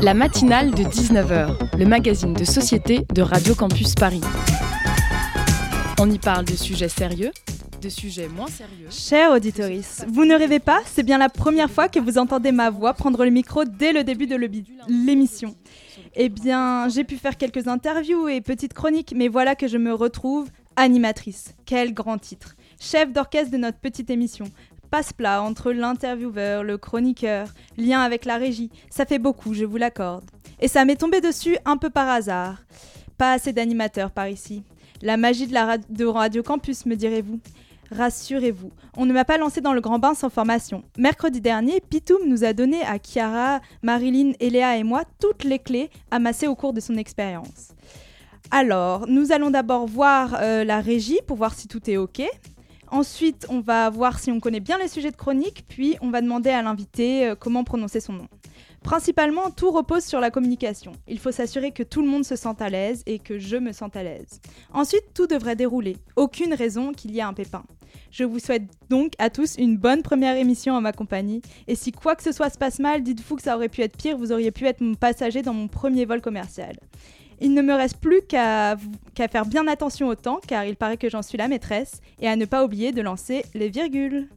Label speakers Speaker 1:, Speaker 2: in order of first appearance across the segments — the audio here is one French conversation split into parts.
Speaker 1: La matinale de 19h, le magazine de société de Radio Campus Paris. On y parle de sujets sérieux, de sujets moins sérieux.
Speaker 2: Chers auditeurs, vous ne rêvez pas, c'est bien la première fois que vous entendez ma voix prendre le micro dès le début de l'émission. Eh bien, j'ai pu faire quelques interviews et petites chroniques, mais voilà que je me retrouve animatrice. Quel grand titre! Chef d'orchestre de notre petite émission. Passe-plat entre l'intervieweur, le chroniqueur, lien avec la régie. Ça fait beaucoup, je vous l'accorde. Et ça m'est tombé dessus un peu par hasard. Pas assez d'animateurs par ici. La magie de Radio Campus, me direz-vous. Rassurez-vous, on ne m'a pas lancé dans le grand bain sans formation. Mercredi dernier, Pitoum nous a donné à Chiara, Marilyn, Eléa et moi toutes les clés amassées au cours de son expérience. Alors, nous allons d'abord voir la régie pour voir si tout est OK. Ensuite, on va voir si on connaît bien les sujets de chronique, puis on va demander à l'invité comment prononcer son nom. Principalement, tout repose sur la communication. Il faut s'assurer que tout le monde se sente à l'aise et que je me sente à l'aise. Ensuite, tout devrait dérouler. Aucune raison qu'il y ait un pépin. Je vous souhaite donc à tous une bonne première émission en ma compagnie. Et si quoi que ce soit se passe mal, dites-vous que ça aurait pu être pire, vous auriez pu être mon passager dans mon premier vol commercial. Il ne me reste plus qu'à faire bien attention au temps, car il paraît que j'en suis la maîtresse, et à ne pas oublier de lancer les virgules.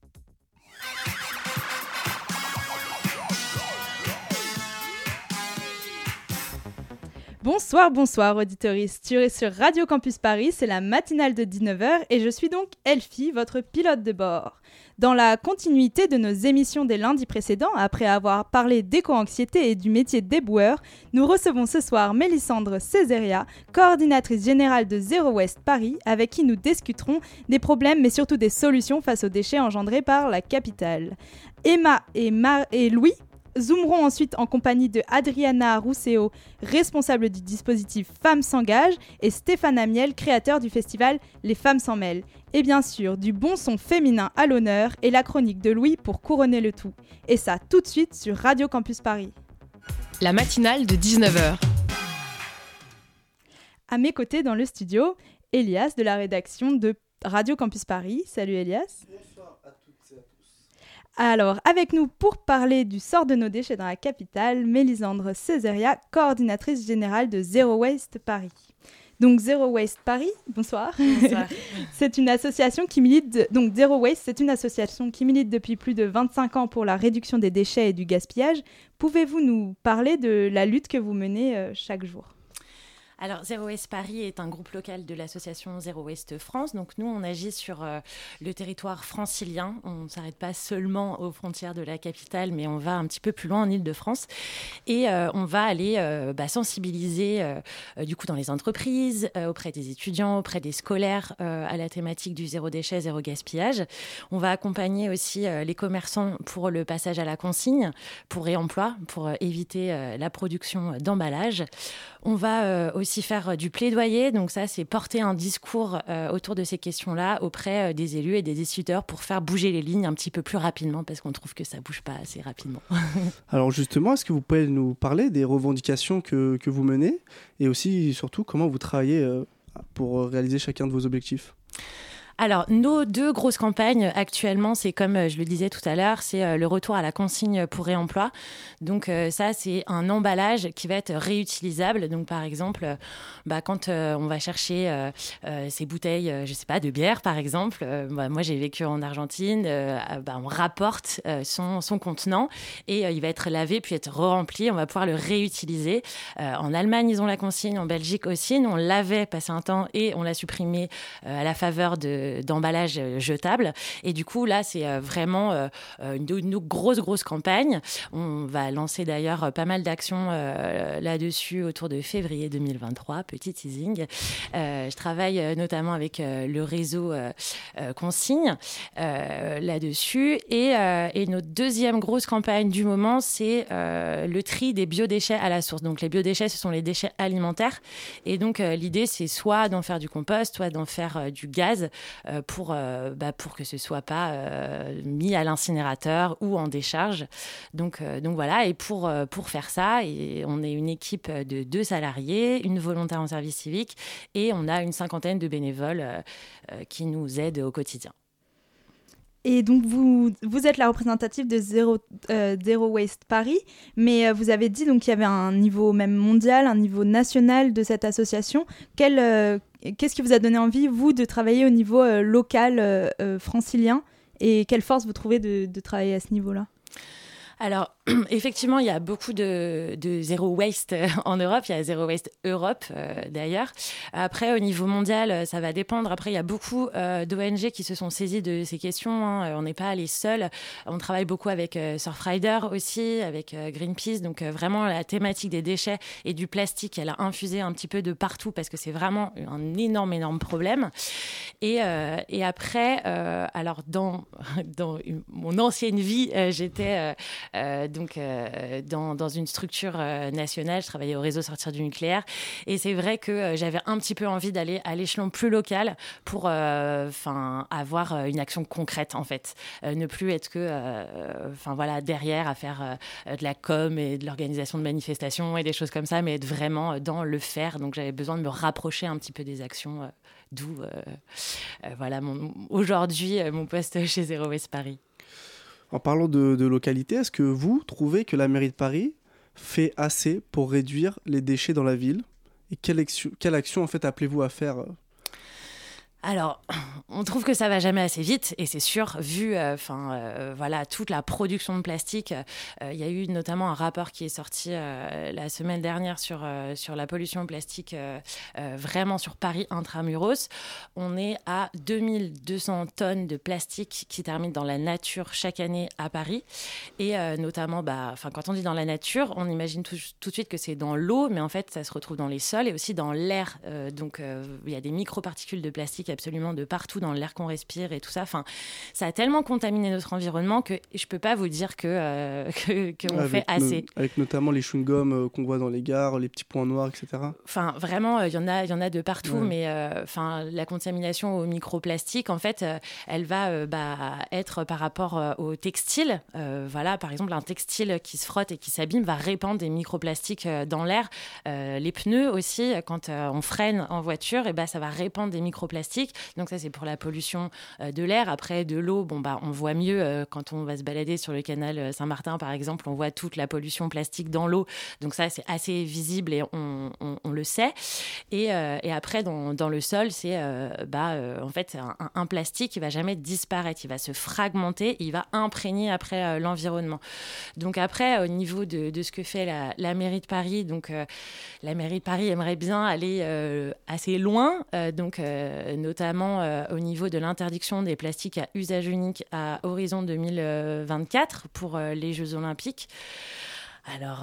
Speaker 2: Bonsoir auditeuristes. Tu es sur Radio Campus Paris, c'est la matinale de 19h et je suis donc Elfie, votre pilote de bord. Dans la continuité de nos émissions des lundis précédents, après avoir parlé d'éco-anxiété et du métier d'éboueur, nous recevons ce soir Mélissandre Césaria, coordinatrice générale de Zero Waste Paris, avec qui nous discuterons des problèmes mais surtout des solutions face aux déchets engendrés par la capitale. Emma et Louis zoomeront ensuite en compagnie de Adriana Rousseo, responsable du dispositif Femmes s'engagent, et Stéphane Amiel, créateur du festival Les Femmes s'en mêlent. Et bien sûr, du bon son féminin à l'honneur et la chronique de Louis pour couronner le tout. Et ça, tout de suite sur Radio Campus Paris.
Speaker 1: La matinale de 19h.
Speaker 2: À mes côtés dans le studio, Elias de la rédaction de Radio Campus Paris. Salut Elias.
Speaker 3: Bonsoir à toutes et à tous.
Speaker 2: Alors, avec nous pour parler du sort de nos déchets dans la capitale, Mélissandre Césaria, coordinatrice générale de Zero Waste Paris. Donc Zero Waste Paris, bonsoir.
Speaker 4: Bonsoir.
Speaker 2: C'est une association qui milite, donc Zero Waste, c'est une association qui milite depuis plus de 25 ans pour la réduction des déchets et du gaspillage. Pouvez-vous nous parler de la lutte que vous menez chaque jour ?
Speaker 4: Alors, Zero Waste Paris est un groupe local de l'association Zero Waste France. Donc, nous, on agit sur le territoire francilien. On ne s'arrête pas seulement aux frontières de la capitale, mais on va un petit peu plus loin en Île-de-France. Et on va aller sensibiliser, du coup, dans les entreprises, auprès des étudiants, auprès des scolaires, à la thématique du zéro déchet, zéro gaspillage. On va accompagner aussi les commerçants pour le passage à la consigne, pour réemploi, pour éviter la production d'emballage. On va aussi faire du plaidoyer, donc ça c'est porter un discours autour de ces questions-là auprès des élus et des décideurs pour faire bouger les lignes un petit peu plus rapidement parce qu'on trouve que ça bouge pas assez rapidement.
Speaker 3: Alors justement, est-ce que vous pouvez nous parler des revendications que vous menez et aussi surtout comment vous travaillez pour réaliser chacun de vos objectifs ?
Speaker 4: Alors, nos deux grosses campagnes actuellement, c'est comme je le disais tout à l'heure, c'est le retour à la consigne pour réemploi. Donc ça, c'est un emballage qui va être réutilisable. Donc par exemple, quand on va chercher ces bouteilles, je sais pas, de bière par exemple, moi j'ai vécu en Argentine, on rapporte son contenant et il va être lavé puis être rempli. On va pouvoir le réutiliser. En Allemagne, ils ont la consigne, en Belgique aussi. Nous, on l'avait passé un temps et on l'a supprimé à la faveur d'emballage jetable. Et du coup, là, c'est vraiment une grosse campagne. On va lancer d'ailleurs pas mal d'actions là-dessus autour de février 2023, petit teasing. Je travaille notamment avec le réseau Consigne là-dessus. Et notre deuxième grosse campagne du moment, c'est le tri des biodéchets à la source. Donc, les biodéchets, ce sont les déchets alimentaires. Et donc, l'idée, c'est soit d'en faire du compost, soit d'en faire du gaz pour que ce soit pas mis à l'incinérateur ou en décharge. Donc voilà, et pour faire ça, on est une équipe de 2 salariés, une volontaire en service civique et on a une 50aine de bénévoles qui nous aident au quotidien.
Speaker 2: Et donc, vous êtes la représentative de Zero Waste Paris, mais vous avez dit donc, qu'il y avait un niveau même mondial, un niveau national de cette association. Qu'est-ce qui vous a donné envie, vous, de travailler au niveau local francilien, et quelle force vous trouvez de travailler à ce niveau-là ?
Speaker 4: Alors, effectivement, il y a beaucoup de Zero Waste en Europe. Il y a Zero Waste Europe, d'ailleurs. Après, au niveau mondial, ça va dépendre. Après, il y a beaucoup d'ONG qui se sont saisies de ces questions. On n'est pas les seuls. On travaille beaucoup avec Surfrider aussi, avec Greenpeace. Donc, vraiment, la thématique des déchets et du plastique, elle a infusé un petit peu de partout parce que c'est vraiment un énorme problème. Et après, alors, dans mon ancienne vie, j'étais... dans une structure nationale, je travaillais au réseau Sortir du nucléaire, et c'est vrai que j'avais un petit peu envie d'aller à l'échelon plus local pour avoir une action concrète en fait, ne plus être que derrière à faire de la com et de l'organisation de manifestations et des choses comme ça, mais être vraiment dans le faire. Donc j'avais besoin de me rapprocher un petit peu des actions, d'où aujourd'hui mon poste chez Zero Waste Paris.
Speaker 3: En parlant de localité, est-ce que vous trouvez que la mairie de Paris fait assez pour réduire les déchets dans la ville ? Et quelle action en fait appelez-vous à faire ?
Speaker 4: Alors, on trouve que ça va jamais assez vite, et c'est sûr, vu toute la production de plastique. Il y a eu notamment un rapport qui est sorti la semaine dernière sur la pollution plastique, vraiment sur Paris intramuros. On est à 2200 tonnes de plastique qui terminent dans la nature chaque année à Paris. Et notamment, quand on dit dans la nature, on imagine tout de suite que c'est dans l'eau, mais en fait, ça se retrouve dans les sols et aussi dans l'air. Donc, il y a des microparticules de plastique absolument de partout dans l'air qu'on respire et tout ça. Enfin, ça a tellement contaminé notre environnement que je peux pas vous dire qu'on fait assez.
Speaker 3: Avec notamment les chewing-gums qu'on voit dans les gares, les petits points noirs, etc.
Speaker 4: Enfin, vraiment, il y en a de partout, mais la contamination au microplastique, en fait, elle va être par rapport au textile. Par exemple, un textile qui se frotte et qui s'abîme va répandre des microplastiques dans l'air. Les pneus aussi, quand on freine en voiture, ça va répandre des microplastiques. Donc ça, c'est pour la pollution de l'air. Après, de l'eau, on voit mieux quand on va se balader sur le canal Saint-Martin, par exemple, on voit toute la pollution plastique dans l'eau. Donc ça, c'est assez visible et on le sait. Et après, dans le sol, c'est en fait un plastique qui va jamais disparaître. Il va se fragmenter, il va imprégner après l'environnement. Donc après, au niveau de ce que fait la mairie de Paris, la mairie de Paris aimerait bien aller assez loin, notamment au niveau de l'interdiction des plastiques à usage unique à horizon 2024 pour les Jeux Olympiques. Alors,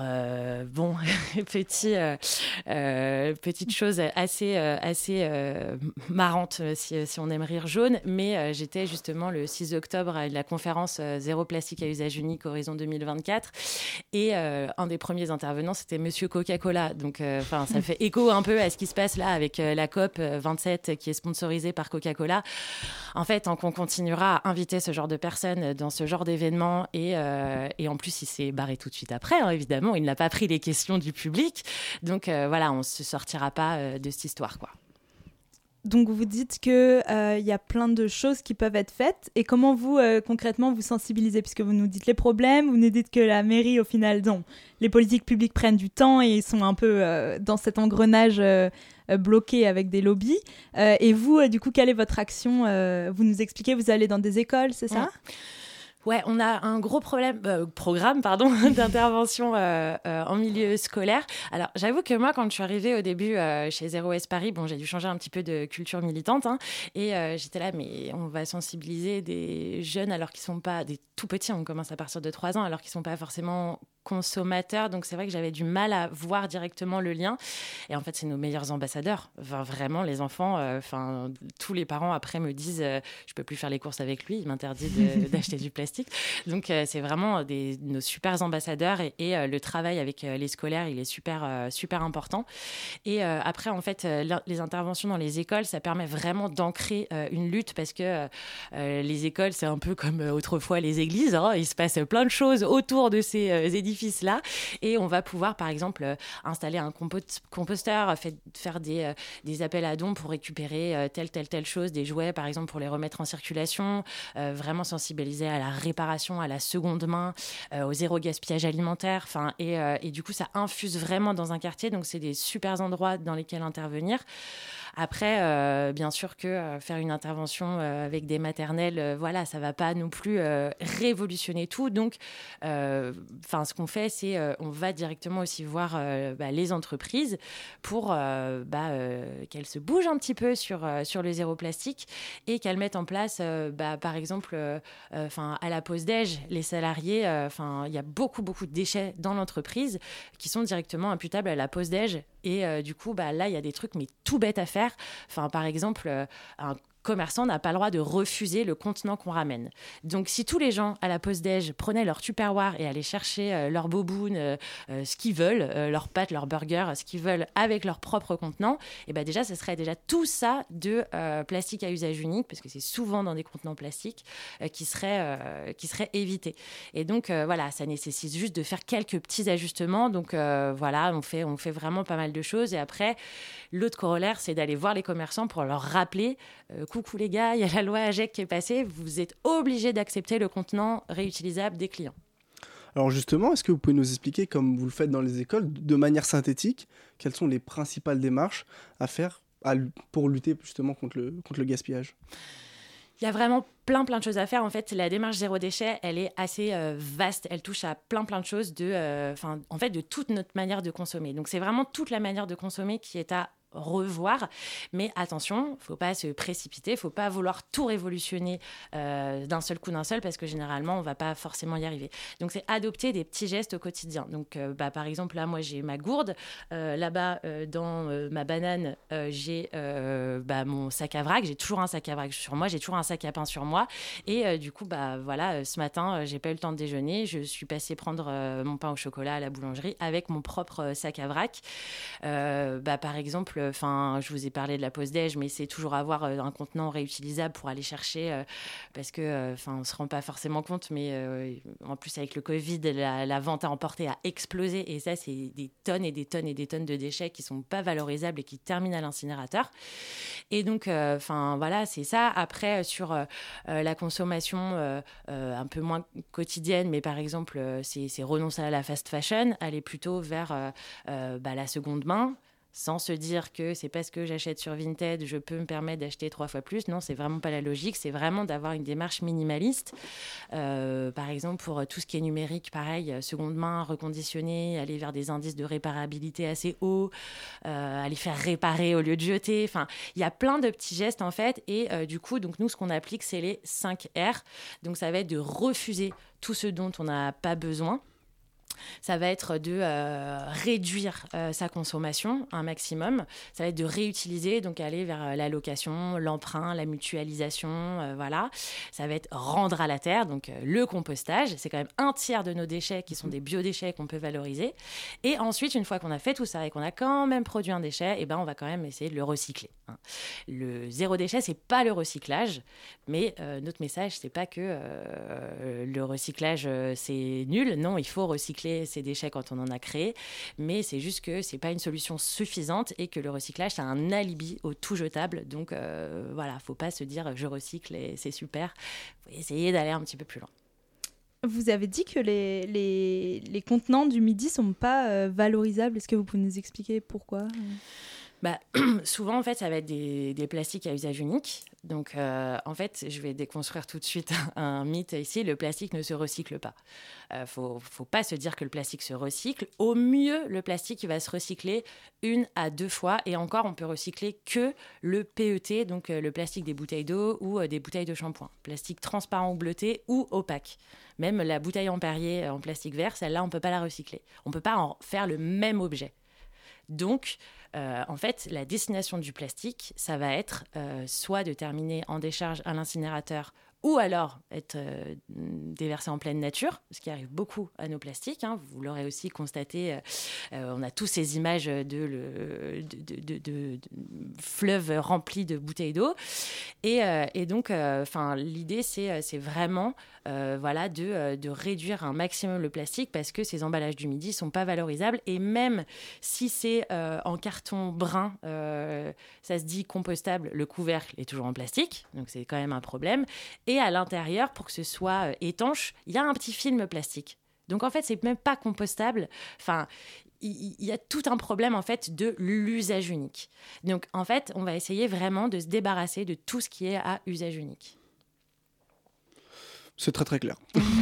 Speaker 4: petite chose assez marrante si on aime rire jaune, mais j'étais justement le 6 octobre à la conférence Zéro plastique à usage unique horizon 2024, et un des premiers intervenants, c'était Monsieur Coca-Cola. Donc, ça fait écho un peu à ce qui se passe là avec la COP 27 qui est sponsorisée par Coca-Cola. En fait, tant qu'on continuera à inviter ce genre de personnes dans ce genre d'événements, et en plus, il s'est barré tout de suite après, évidemment, il n'a pas pris les questions du public. Donc on ne se sortira pas de cette histoire, quoi.
Speaker 2: Donc vous dites qu'il y a plein de choses qui peuvent être faites. Et comment vous, concrètement, vous sensibilisez ? Puisque vous nous dites les problèmes, vous nous dites que la mairie, au final, les politiques publiques prennent du temps et ils sont un peu dans cet engrenage bloqué avec des lobbies. Et vous, du coup, quelle est votre action ? Vous nous expliquez, vous allez dans des écoles, c'est ça ?
Speaker 4: Ouais, on a un gros programme d'intervention en milieu scolaire. Alors, j'avoue que moi, quand je suis arrivée au début chez Zero Waste Paris, j'ai dû changer un petit peu de culture militante, et j'étais là, mais on va sensibiliser des jeunes alors qu'ils sont pas des tout petits, on commence à partir de 3 ans, alors qu'ils sont pas forcément consommateurs. Donc c'est vrai que j'avais du mal à voir directement le lien. Et en fait, c'est nos meilleurs ambassadeurs. Enfin, vraiment, les enfants, tous les parents après me disent je peux plus faire les courses avec lui, il m'interdit d'acheter du plastique. Donc c'est vraiment nos super ambassadeurs, et le travail avec les scolaires, il est super important. Et après, en fait, les interventions dans les écoles, ça permet vraiment d'ancrer une lutte, parce que les écoles, c'est un peu comme autrefois les églises, hein. Il se passe plein de choses autour de ces édifices édifice-là. Et on va pouvoir, par exemple, installer un composteur, faire des appels à dons pour récupérer telle chose, des jouets, par exemple, pour les remettre en circulation, vraiment sensibiliser à la réparation, à la seconde main, au zéro gaspillage alimentaire. Et du coup, ça infuse vraiment dans un quartier. Donc, c'est des super endroits dans lesquels intervenir. Après, bien sûr que faire une intervention avec des maternelles, ça va pas non plus révolutionner tout. Donc, ce qu'on fait, c'est on va directement aussi voir les entreprises pour qu'elles se bougent un petit peu sur le zéro plastique et qu'elles mettent en place, par exemple, à la pause déj, les salariés, il y a beaucoup de déchets dans l'entreprise qui sont directement imputables à la pause déj. Et du coup, là, il y a des trucs mais tout bêtes à faire. Par exemple, un commerçant n'a pas le droit de refuser le contenant qu'on ramène. Donc, si tous les gens à la pause déj prenaient leur Tupperware et allaient chercher leur boboon, ce qu'ils veulent, leurs pâtes, leurs burgers, ce qu'ils veulent avec leur propre contenant, et déjà, ce serait déjà tout ça de plastique à usage unique, parce que c'est souvent dans des contenants plastiques qui seraient évités. Et donc, ça nécessite juste de faire quelques petits ajustements. Donc, on fait vraiment pas mal de choses. Et après, l'autre corollaire, c'est d'aller voir les commerçants pour leur rappeler coucou les gars, il y a la loi AGEC qui est passée, vous êtes obligés d'accepter le contenant réutilisable des clients.
Speaker 3: Alors justement, est-ce que vous pouvez nous expliquer, comme vous le faites dans les écoles, de manière synthétique, quelles sont les principales démarches à faire pour lutter justement contre le gaspillage ?
Speaker 4: Il y a vraiment plein de choses à faire. En fait, la démarche zéro déchet, elle est assez vaste. Elle touche à plein de choses de toute notre manière de consommer. Donc, c'est vraiment toute la manière de consommer qui est à revoir. Mais attention, il ne faut pas se précipiter, il ne faut pas vouloir tout révolutionner d'un seul coup, parce que généralement, on ne va pas forcément y arriver. Donc, c'est adopter des petits gestes au quotidien. Donc, par exemple, là, moi, j'ai ma gourde. Là-bas, dans ma banane, j'ai mon sac à vrac. J'ai toujours un sac à vrac sur moi. J'ai toujours un sac à pain sur moi. Et du coup, ce matin, je n'ai pas eu le temps de déjeuner. Je suis passée prendre mon pain au chocolat à la boulangerie avec mon propre sac à vrac. Par exemple, je vous ai parlé de la pause déj, mais c'est toujours avoir un contenant réutilisable pour aller chercher, parce que, on se rend pas forcément compte, mais en plus avec le Covid, la vente à emporter a explosé, et ça, c'est des tonnes et des tonnes et des tonnes de déchets qui sont pas valorisables et qui terminent à l'incinérateur. Et donc, c'est ça. Après, sur la consommation un peu moins quotidienne, mais par exemple, c'est renoncer à la fast fashion, aller plutôt vers la seconde main, sans se dire que c'est parce que j'achète sur Vinted, je peux me permettre d'acheter 3 fois plus. Non, c'est vraiment pas la logique. C'est vraiment d'avoir une démarche minimaliste. Par exemple, pour tout ce qui est numérique, pareil, seconde main, reconditionner, aller vers des indices de réparabilité assez hauts, aller faire réparer au lieu de jeter. Enfin, il y a plein de petits gestes, en fait. Et du coup, donc, nous, ce qu'on applique, c'est les 5 R. Donc, ça va être de refuser tout ce dont on n'a pas besoin. Ça va être de réduire sa consommation un maximum. Ça va être de réutiliser, donc aller vers la location, l'emprunt, la mutualisation, voilà. Ça va être rendre à la terre, donc le compostage. C'est quand même 1/3 de nos déchets qui sont des biodéchets qu'on peut valoriser. Et ensuite, une fois qu'on a fait tout ça et qu'on a quand même produit un déchet, on va quand même essayer de le recycler. Le zéro déchet, c'est pas le recyclage, mais notre message, c'est pas que le recyclage, c'est nul. Non, il faut recycler ces déchets quand on en a créé, mais c'est juste que c'est pas une solution suffisante et que le recyclage, c'est un alibi au tout jetable. Donc faut pas se dire je recycle et c'est super. Faut essayer d'aller un petit peu plus loin.
Speaker 2: Vous avez dit que les contenants du midi sont pas valorisables. Est-ce que vous pouvez nous expliquer pourquoi ?
Speaker 4: Souvent, en fait, ça va être des plastiques à usage unique. Donc, en fait, je vais déconstruire tout de suite un mythe ici. Le plastique ne se recycle pas. Faut pas se dire que le plastique se recycle. Au mieux, le plastique il va se recycler 1 à 2 fois. Et encore, on peut recycler que le PET, donc le plastique des bouteilles d'eau ou des bouteilles de shampoing. Plastique transparent ou bleuté ou opaque. Même la bouteille en Perrier en plastique vert, celle-là, on ne peut pas la recycler. On ne peut pas en faire le même objet. Donc, en fait, la destination du plastique, ça va être soit de terminer en décharge à l'incinérateur ou alors être déversés en pleine nature, ce qui arrive beaucoup à nos plastiques. Hein. Vous l'aurez aussi constaté, on a tous ces images de fleuves remplis de bouteilles d'eau. Et donc, l'idée, c'est vraiment de réduire un maximum le plastique parce que ces emballages du midi ne sont pas valorisables. Et même si c'est en carton brun, ça se dit compostable, le couvercle est toujours en plastique. Donc, c'est quand même un problème. Et à l'intérieur, pour que ce soit étanche, il y a un petit film plastique. Donc, en fait, c'est même pas compostable. Enfin, il y a tout un problème, en fait, de l'usage unique. Donc, en fait, on va essayer vraiment de se débarrasser de tout ce qui est à usage unique.
Speaker 3: C'est très, très clair.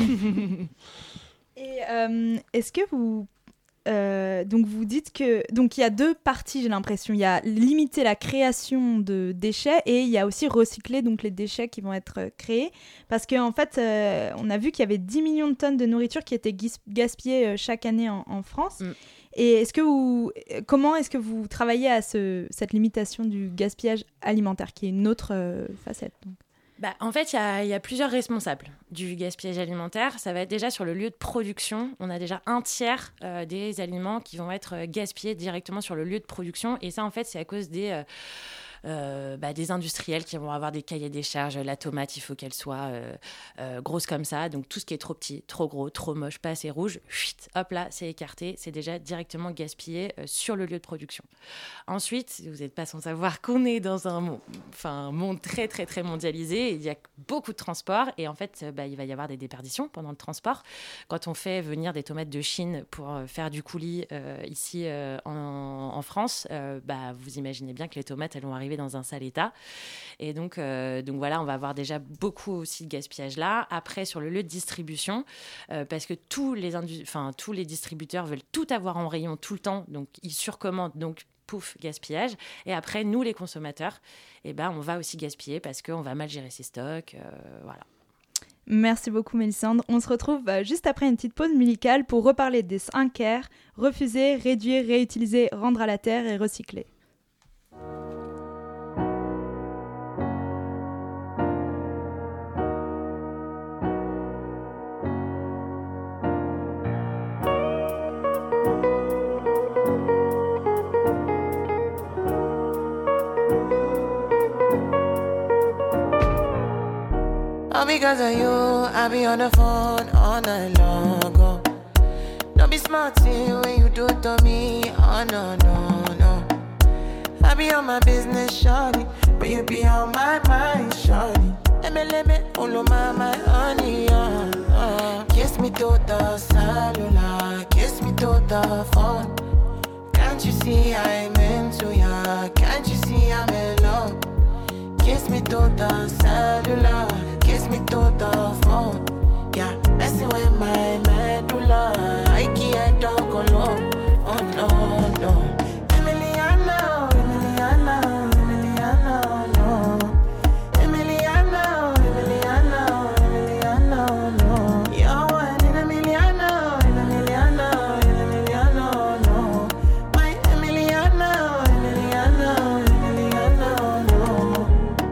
Speaker 2: Et est-ce que vous... donc vous dites que donc il y a deux parties, j'ai l'impression. Il y a limiter la création de déchets et il y a aussi recycler donc les déchets qui vont être créés, parce qu'en fait on a vu qu'il y avait 10 millions de tonnes de nourriture qui étaient gaspillées chaque année en France. Et comment est-ce que vous travaillez à cette limitation du gaspillage alimentaire, qui est une autre facette donc.
Speaker 4: En fait, il y a plusieurs responsables du gaspillage alimentaire. Ça va être déjà sur le lieu de production. On a déjà un tiers des aliments qui vont être gaspillés directement sur le lieu de production. Et ça, en fait, c'est à cause des industriels qui vont avoir des cahiers des charges. La tomate, il faut qu'elle soit grosse comme ça. Donc, tout ce qui est trop petit, trop gros, trop moche, pas assez rouge, hop là, c'est écarté. C'est déjà directement gaspillé sur le lieu de production. Ensuite, vous n'êtes pas sans savoir qu'on est dans un monde très, très, très mondialisé. Il y a beaucoup de transport. Et en fait, il va y avoir des déperditions pendant le transport. Quand on fait venir des tomates de Chine pour faire du coulis ici en France, vous imaginez bien que les tomates, elles vont arriver dans un sale état. Et donc voilà, on va avoir déjà beaucoup aussi de gaspillage là. Après, sur le lieu de distribution, parce que tous les distributeurs veulent tout avoir en rayon tout le temps, donc ils surcommandent, donc pouf, gaspillage. Et après, nous, les consommateurs, on va aussi gaspiller parce qu'on va mal gérer ses stocks. Voilà.
Speaker 2: Merci beaucoup, Mélissandre. On se retrouve juste après une petite pause musicale pour reparler des 5 R: refuser, réduire, réutiliser, rendre à la terre et recycler.
Speaker 5: All because of you, I be on the phone all night long. Oh. Don't be smart when you do it to me. Oh no, no, no. I be on my business, shawty, but you be on my mind, shawty. MLM, all of my honey, Kiss me to the cellular, kiss me to the phone. Can't you see I'm into ya? Can't you see I'm in love? Kiss me to the cellular, kiss me to the phone. Yeah, messing with my medulla. I can't talk alone. Oh no, no. Emiliano, Emiliano, Emiliano, no. Emiliano, Emiliano, Emiliano, no. You're one in a Emiliano, Emiliano, Emiliano, no. My Emiliano, Emiliano, Emiliano, no.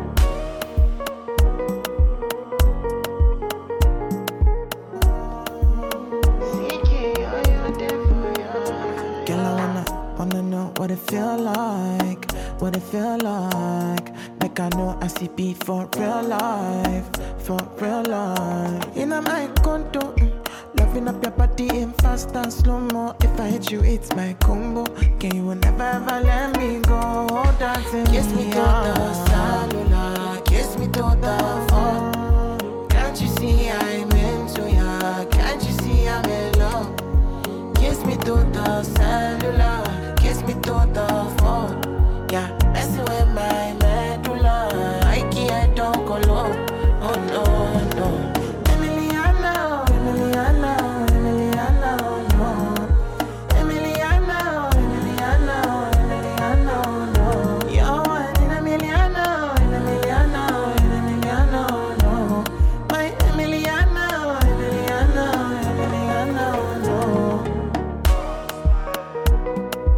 Speaker 5: What it feel like, what it feel like. Like I know I see beat for real life, for real life. In my condo, loving up your body in fast and slow-mo. If I hit you, it's my combo. Can you never ever let me go? Dancing kiss me to the cellular, kiss me to the phone. Can't you see I'm into ya? Can't you see I'm in love? Kiss me to the cellular, kiss me to the phone. Yeah, messing with my medulla. I can't talk alone. Oh no, no. Emiliano, Emiliano, Emiliano, no. Emiliano, Emiliano, Emiliano, no. You're one in Emiliano, Emiliano, Emiliano, no. My Emiliano, Emiliano, Emiliano, no.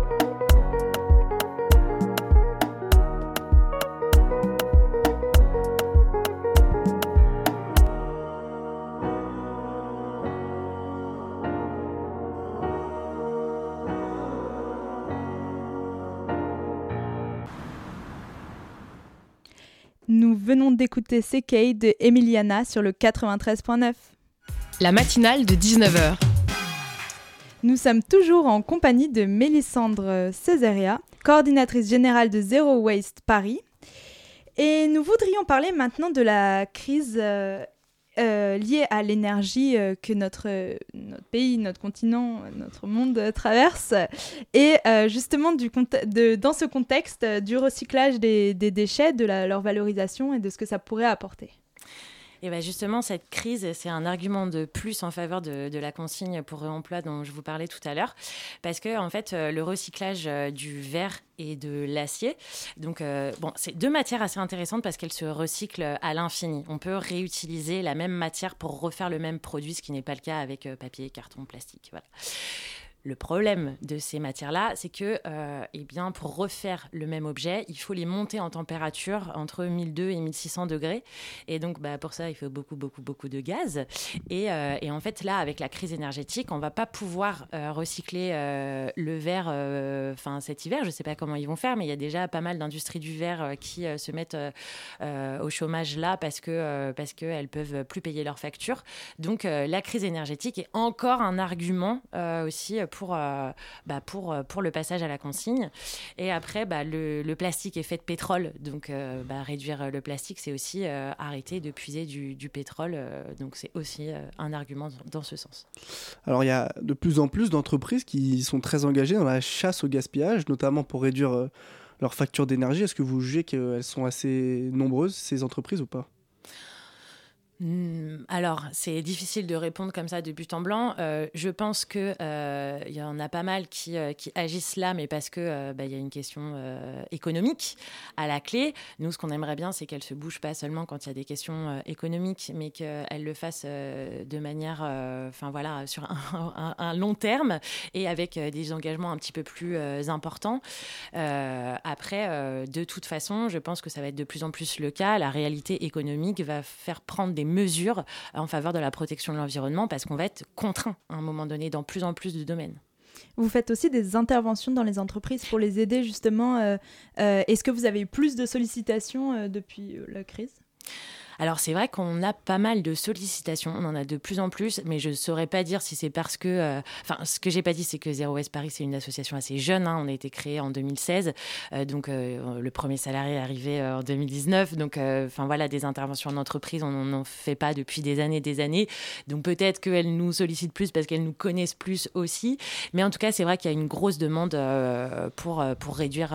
Speaker 2: Nous venons d'écouter CK de Emiliana sur le 93.9.
Speaker 1: La matinale de 19h.
Speaker 2: Nous sommes toujours en compagnie de Mélissandre Césaria, coordinatrice générale de Zero Waste Paris. Et nous voudrions parler maintenant de la crise liée à l'énergie que notre pays, notre continent, notre monde traverse. Et justement, dans ce contexte du recyclage des déchets, de leur valorisation et de ce que ça pourrait apporter.
Speaker 4: Et bien justement, cette crise, c'est un argument de plus en faveur de la consigne pour réemploi dont je vous parlais tout à l'heure. Parce que, en fait, le recyclage du verre et de l'acier, donc, c'est deux matières assez intéressantes parce qu'elles se recyclent à l'infini. On peut réutiliser la même matière pour refaire le même produit, ce qui n'est pas le cas avec papier, carton, plastique. Voilà. Le problème de ces matières-là, c'est que pour refaire le même objet, il faut les monter en température entre 1200 et 1600 degrés. Et donc, pour ça, il faut beaucoup, beaucoup, beaucoup de gaz. Et en fait, là, avec la crise énergétique, on ne va pas pouvoir recycler le verre cet hiver. Je ne sais pas comment ils vont faire, mais il y a déjà pas mal d'industries du verre qui se mettent au chômage là parce qu'elles ne peuvent plus payer leurs factures. Donc, la crise énergétique est encore un argument aussi pour le passage à la consigne. Et après, le plastique est fait de pétrole. Donc, réduire le plastique, c'est aussi arrêter de puiser du pétrole. Donc, c'est aussi un argument dans ce sens.
Speaker 3: Alors, il y a de plus en plus d'entreprises qui sont très engagées dans la chasse au gaspillage, notamment pour réduire leurs factures d'énergie. Est-ce que vous jugez qu'elles sont assez nombreuses, ces entreprises, ou pas ?
Speaker 4: Alors, c'est difficile de répondre comme ça de but en blanc. Je pense qu'il y en a pas mal qui agissent là, mais parce qu'il y a une question économique à la clé. Nous, ce qu'on aimerait bien, c'est qu'elles ne se bougent pas seulement quand il y a des questions économiques, mais qu'elles le fassent de manière sur un long terme et avec des engagements un petit peu plus importants. Après, de toute façon, je pense que ça va être de plus en plus le cas. La réalité économique va faire prendre des mesures en faveur de la protection de l'environnement parce qu'on va être contraint à un moment donné dans plus en plus de domaines.
Speaker 2: Vous faites aussi des interventions dans les entreprises pour les aider justement. Est-ce que vous avez eu plus de sollicitations depuis la crise ?
Speaker 4: Alors, c'est vrai qu'on a pas mal de sollicitations, on en a de plus en plus, mais je ne saurais pas dire si c'est parce que... ce que je n'ai pas dit, c'est que Zero Waste Paris, c'est une association assez jeune. On a été créé en 2016, le premier salarié est arrivé en 2019. Donc, des interventions en entreprise, on n'en fait pas depuis des années. Donc, peut-être qu'elles nous sollicitent plus parce qu'elles nous connaissent plus aussi. Mais en tout cas, c'est vrai qu'il y a une grosse demande pour réduire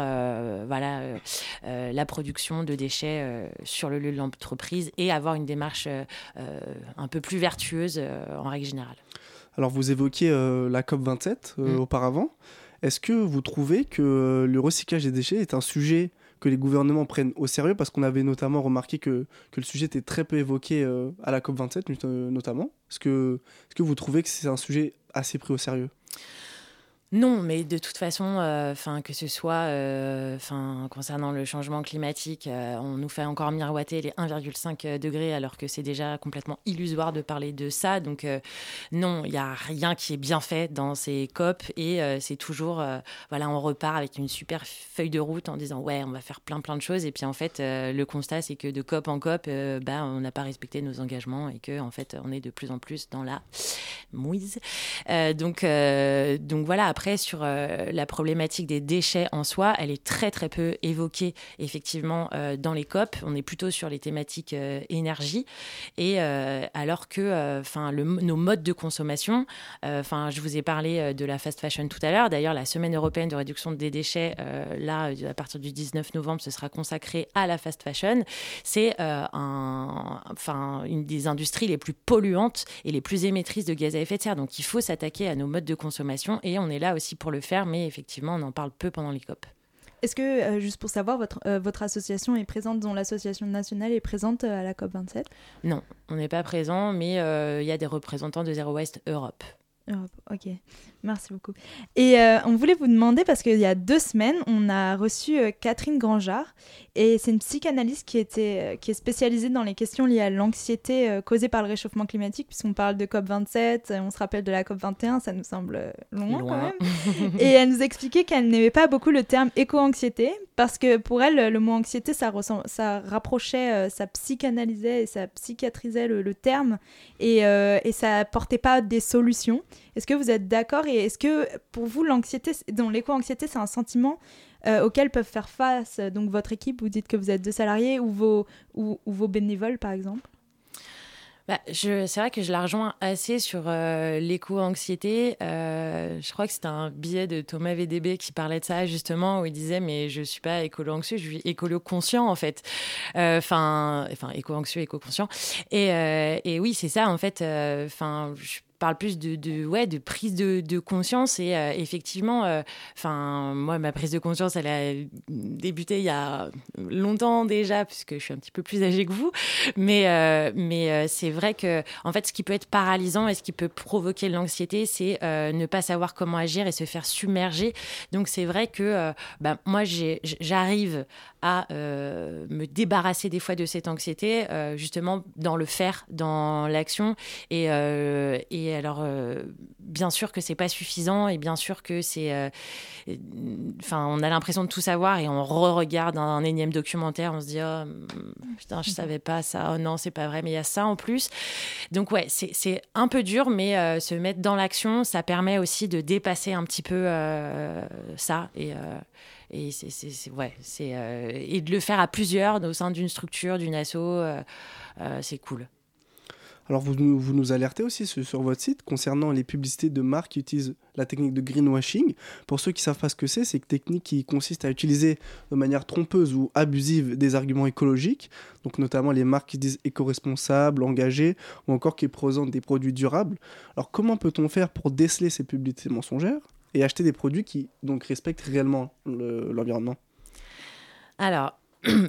Speaker 4: la production de déchets sur le lieu de l'entreprise et avoir une démarche un peu plus vertueuse en règle générale.
Speaker 3: Alors vous évoquiez la COP27 auparavant. Est-ce que vous trouvez que le recyclage des déchets est un sujet que les gouvernements prennent au sérieux ? Parce qu'on avait notamment remarqué que le sujet était très peu évoqué à la COP27 notamment. Est-ce que vous trouvez que c'est un sujet assez pris au sérieux ?
Speaker 4: Non, mais de toute façon, que ce soit concernant le changement climatique, on nous fait encore miroiter les 1,5 degrés alors que c'est déjà complètement illusoire de parler de ça. Donc non, il n'y a rien qui est bien fait dans ces COP et c'est toujours, on repart avec une super feuille de route en disant ouais, on va faire plein de choses et puis en fait, le constat c'est que de COP en COP, on n'a pas respecté nos engagements et que en fait, on est de plus en plus dans la mouise. Donc voilà. Après, sur la problématique des déchets en soi, elle est très très peu évoquée effectivement dans les COP. On est plutôt sur les thématiques énergie et alors que nos modes de consommation, je vous ai parlé de la fast fashion tout à l'heure. D'ailleurs, la semaine européenne de réduction des déchets, à partir du 19 novembre, ce sera consacré à la fast fashion. C'est une des industries les plus polluantes et les plus émettrices de gaz à effet de serre. Donc, il faut s'attaquer à nos modes de consommation et on est là aussi pour le faire, mais effectivement, on en parle peu pendant les COP.
Speaker 2: Est-ce que, juste pour savoir, votre association est présente, dont l'association nationale est présente à la COP27 ?
Speaker 4: Non, on n'est pas présent, mais il y a des représentants de Zero Waste Europe.
Speaker 2: Europe, ok. Merci beaucoup. Et on voulait vous demander, parce qu'il y a 2 semaines, on a reçu Catherine Grangeard, et c'est une psychanalyste qui est spécialisée dans les questions liées à l'anxiété causée par le réchauffement climatique, puisqu'on parle de COP27, on se rappelle de la COP21, ça nous semble loin. Quand même. Et elle nous expliquait qu'elle n'aimait pas beaucoup le terme éco-anxiété, parce que pour elle, le mot anxiété, ça rapprochait, ça psychanalysait et ça psychiatrisait le terme, et ça apportait pas des solutions. Est-ce que vous êtes d'accord, et est-ce que pour vous l'éco-anxiété c'est un sentiment auquel peuvent faire face donc votre équipe, vous dites que vous êtes 2 salariés ou vos bénévoles par exemple?
Speaker 4: C'est vrai que je la rejoins assez sur l'éco-anxiété. Je crois que c'était un billet de Thomas VDB qui parlait de ça justement, où il disait mais je suis pas écolo-anxieux, je suis écolo-conscient en fait. Enfin éco-anxieux, éco-conscient. Et oui, c'est ça en fait. Je parle plus de prise de conscience, et effectivement moi ma prise de conscience elle a débuté il y a longtemps déjà, puisque je suis un petit peu plus âgée que vous, mais c'est vrai que en fait ce qui peut être paralysant et ce qui peut provoquer l'anxiété, c'est ne pas savoir comment agir et se faire submerger. Donc c'est vrai que moi j'arrive à me débarrasser des fois de cette anxiété, justement dans le faire, dans l'action, et alors bien sûr que c'est pas suffisant, et bien sûr que c'est on a l'impression de tout savoir, et on re-regarde un énième documentaire, on se dit oh putain je savais pas ça, oh non c'est pas vrai mais il y a ça en plus. Donc ouais, c'est un peu dur, mais se mettre dans l'action, ça permet aussi de dépasser un petit peu ça, et de le faire à plusieurs au sein d'une structure, d'une asso, c'est cool.
Speaker 3: Alors vous nous alertez aussi sur votre site concernant les publicités de marques qui utilisent la technique de greenwashing. Pour ceux qui ne savent pas ce que c'est une technique qui consiste à utiliser de manière trompeuse ou abusive des arguments écologiques, donc notamment les marques qui se disent éco-responsables, engagées, ou encore qui présentent des produits durables. Alors comment peut-on faire pour déceler ces publicités mensongères et acheter des produits qui donc respectent réellement l'environnement?
Speaker 4: Alors,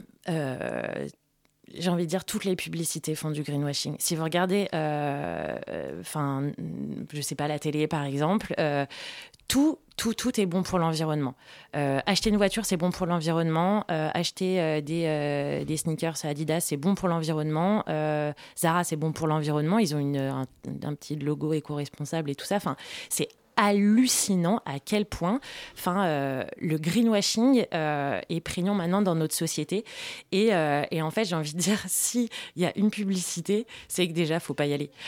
Speaker 4: j'ai envie de dire, toutes les publicités font du greenwashing. Si vous regardez, je sais pas, la télé par exemple, tout est bon pour l'environnement. Acheter une voiture, c'est bon pour l'environnement. Acheter des sneakers Adidas, c'est bon pour l'environnement. Zara, c'est bon pour l'environnement. Ils ont un petit logo éco-responsable et tout ça. Enfin, c'est hallucinant à quel point le greenwashing est prégnant maintenant dans notre société, et en fait j'ai envie de dire, s'il y a une publicité, c'est que déjà faut pas y aller.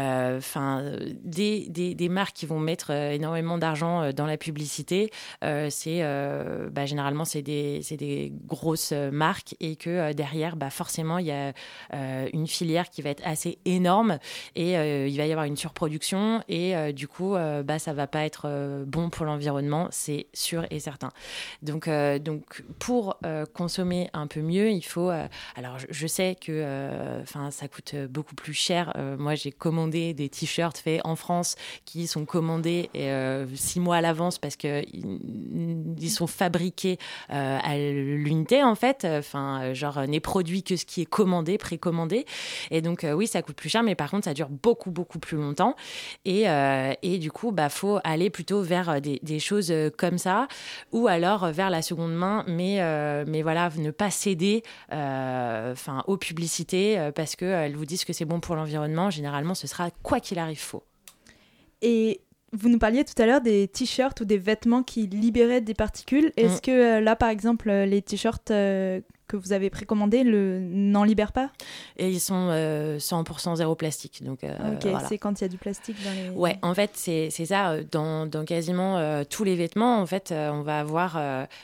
Speaker 4: Des marques qui vont mettre énormément d'argent dans la publicité, généralement c'est des grosses marques, et que derrière forcément il y a une filière qui va être assez énorme, et il va y avoir une surproduction, et du coup ça va pas être bon pour l'environnement, c'est sûr et certain. Donc pour consommer un peu mieux, il faut... alors, je sais que ça coûte beaucoup plus cher. Moi, j'ai commandé des t-shirts faits en France qui sont commandés 6 mois à l'avance, parce qu'ils sont fabriqués à l'unité, en fait. N'est produit que ce qui est commandé, précommandé. Et donc, oui, ça coûte plus cher, mais par contre, ça dure beaucoup, beaucoup plus longtemps. Et du coup, faut aller plutôt vers des choses comme ça, ou alors vers la seconde main, mais voilà, ne pas céder aux publicités, parce qu'elles vous disent que c'est bon pour l'environnement. Généralement, ce sera, quoi qu'il arrive, faux.
Speaker 2: Et vous nous parliez tout à l'heure des t-shirts ou des vêtements qui libéraient des particules. Est-ce que là, par exemple, les t-shirts que vous avez précommandés n'en libèrent pas? Et
Speaker 4: ils sont 100% zéro plastique. Donc, voilà.
Speaker 2: C'est quand il y a du plastique dans les...
Speaker 4: Ouais, en fait, c'est ça. Dans quasiment tous les vêtements, en fait, on va avoir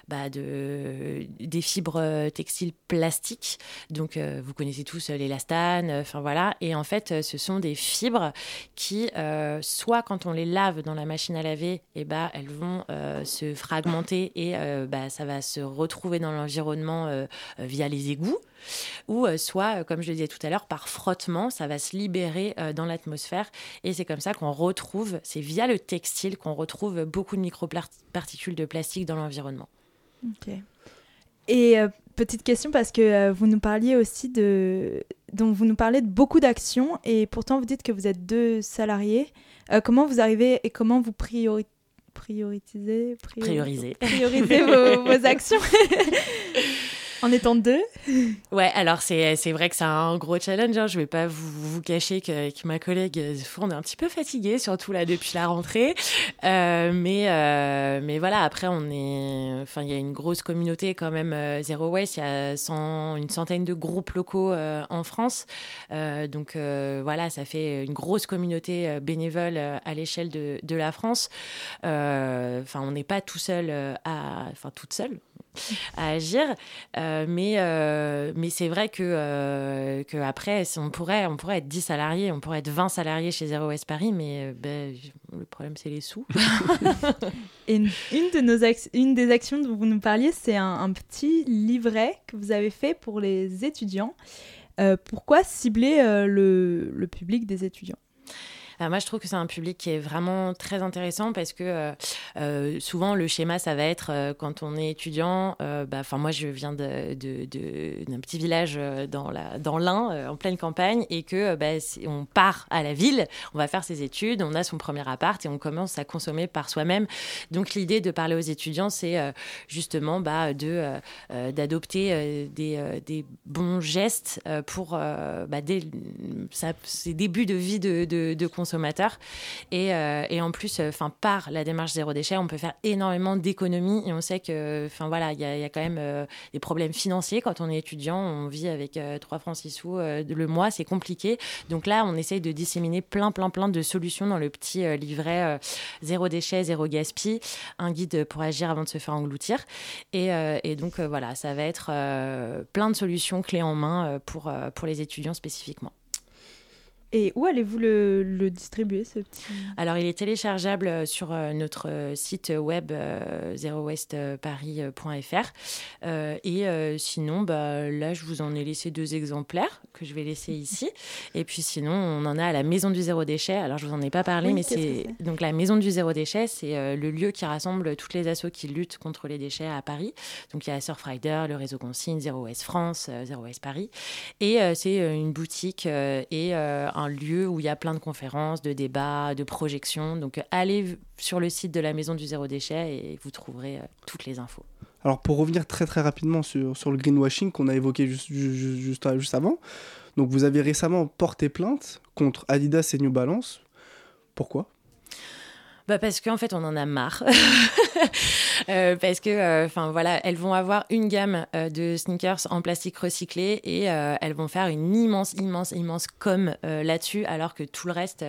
Speaker 4: des fibres textiles plastiques. Donc, vous connaissez tous l'élastane, voilà. Et en fait, ce sont des fibres qui, soit quand on les lave dans la machine à laver, elles vont se fragmenter, et ça va se retrouver dans l'environnement via les égouts, ou soit, comme je le disais tout à l'heure, par frottement, ça va se libérer dans l'atmosphère, et c'est comme ça qu'on retrouve, c'est via le textile qu'on retrouve beaucoup de microparticules de plastique dans l'environnement.
Speaker 2: Ok. Et petite question, parce que vous nous parliez aussi donc vous nous parlez de beaucoup d'actions, et pourtant vous dites que vous êtes 2 salariés. Comment vous arrivez et comment vous priorisez vos actions en étant 2?
Speaker 4: Ouais, alors c'est vrai que c'est un gros challenge. Hein. Je vais pas vous cacher que ma collègue, on est un petit peu fatigué, surtout là depuis la rentrée. Mais voilà, après il y a une grosse communauté quand même Zero Waste. Il y a une centaine de groupes locaux en France. Donc voilà, ça fait une grosse communauté bénévole à l'échelle de la France. On n'est pas toute seule à agir, mais c'est vrai que après, on pourrait être 10 salariés, on pourrait être 20 salariés chez Zero Waste Paris, mais le problème c'est les sous.
Speaker 2: Et une des actions dont vous nous parliez, c'est un petit livret que vous avez fait pour les étudiants. Pourquoi cibler le public des étudiants ?
Speaker 4: Moi, je trouve que c'est un public qui est vraiment très intéressant parce que souvent, le schéma, ça va être quand on est étudiant. Moi, je viens d'un petit village dans l'Ain, en pleine campagne, et que on part à la ville, on va faire ses études, on a son premier appart et on commence à consommer par soi-même. Donc, l'idée de parler aux étudiants, c'est justement d'adopter des bons gestes pour ces débuts de vie de consommateurs. Et en plus, par la démarche zéro déchet, on peut faire énormément d'économies. Et on sait que, il y a quand même des problèmes financiers quand on est étudiant. On vit avec 3 francs 6 sous le mois, c'est compliqué. Donc là, on essaye de disséminer plein de solutions dans le petit livret zéro déchet, zéro gaspille, un guide pour agir avant de se faire engloutir. Et donc voilà, ça va être plein de solutions clés en main pour les étudiants spécifiquement.
Speaker 2: Et où allez-vous le distribuer, ce petit...
Speaker 4: Alors, il est téléchargeable sur notre site web zerowastparis.fr. Sinon, là, je vous en ai laissé 2 exemplaires que je vais laisser ici. Et puis sinon, on en a à la Maison du Zéro Déchet. Alors, je vous en ai pas parlé, mais c'est... Donc, la Maison du Zéro Déchet, c'est le lieu qui rassemble toutes les assos qui luttent contre les déchets à Paris. Donc, il y a Surfrider, le réseau Consigne, Zero Waste France, Zero Waste Paris. Et c'est une boutique et un lieu où il y a plein de conférences, de débats, de projections. Donc, allez sur le site de la Maison du Zéro Déchet et vous trouverez toutes les infos.
Speaker 3: Alors, pour revenir très très rapidement sur le greenwashing qu'on a évoqué juste avant, donc vous avez récemment porté plainte contre Adidas et New Balance. Pourquoi ?
Speaker 4: Parce qu'en fait, on en a marre. Parce que, elles vont avoir une gamme de sneakers en plastique recyclé et elles vont faire une immense com là-dessus, alors que tout le reste,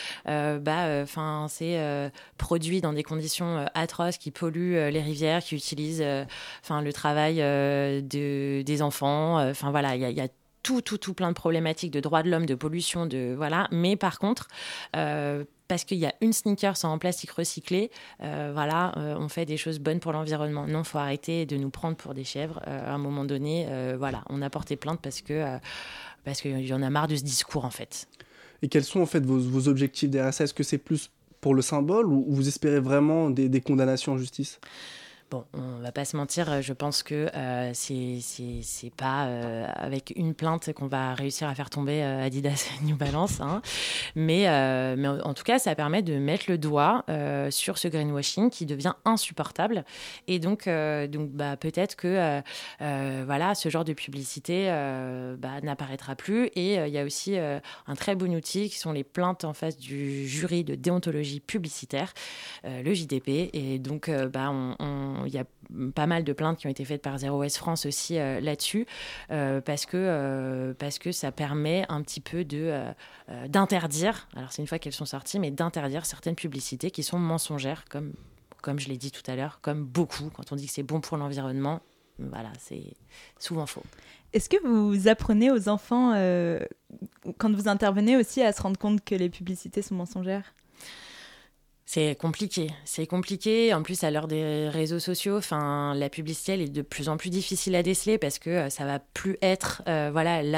Speaker 4: c'est produit dans des conditions atroces qui polluent les rivières, qui utilisent le travail des enfants. Il y a tout plein de problématiques de droits de l'homme, de pollution, Mais par contre... parce qu'il y a une sneakers en plastique recyclé, on fait des choses bonnes pour l'environnement. Non, il faut arrêter de nous prendre pour des chèvres. À un moment donné, on a porté plainte parce qu'il y en a marre de ce discours, en fait.
Speaker 3: Et quels sont, en fait, vos objectifs derrière ça ? Est-ce que c'est plus pour le symbole ou vous espérez vraiment des condamnations en justice ?
Speaker 4: Bon, on va pas se mentir, je pense que c'est pas avec une plainte qu'on va réussir à faire tomber Adidas et New Balance, hein. Mais en tout cas, ça permet de mettre le doigt sur ce greenwashing qui devient insupportable. Et donc peut-être que ce genre de publicité n'apparaîtra plus. Et il y a aussi un très bon outil qui sont les plaintes en face du jury de déontologie publicitaire, le JDP. Et donc, il y a pas mal de plaintes qui ont été faites par Zero Waste France aussi là-dessus, parce que ça permet un petit peu d'interdire, alors c'est une fois qu'elles sont sorties, mais d'interdire certaines publicités qui sont mensongères, comme je l'ai dit tout à l'heure, comme beaucoup. Quand on dit que c'est bon pour l'environnement, c'est souvent faux.
Speaker 2: Est-ce que vous apprenez aux enfants, quand vous intervenez aussi, à se rendre compte que les publicités sont mensongères ?
Speaker 4: C'est compliqué. En plus, à l'heure des réseaux sociaux, la publicité, elle est de plus en plus difficile à déceler parce que ça va plus être la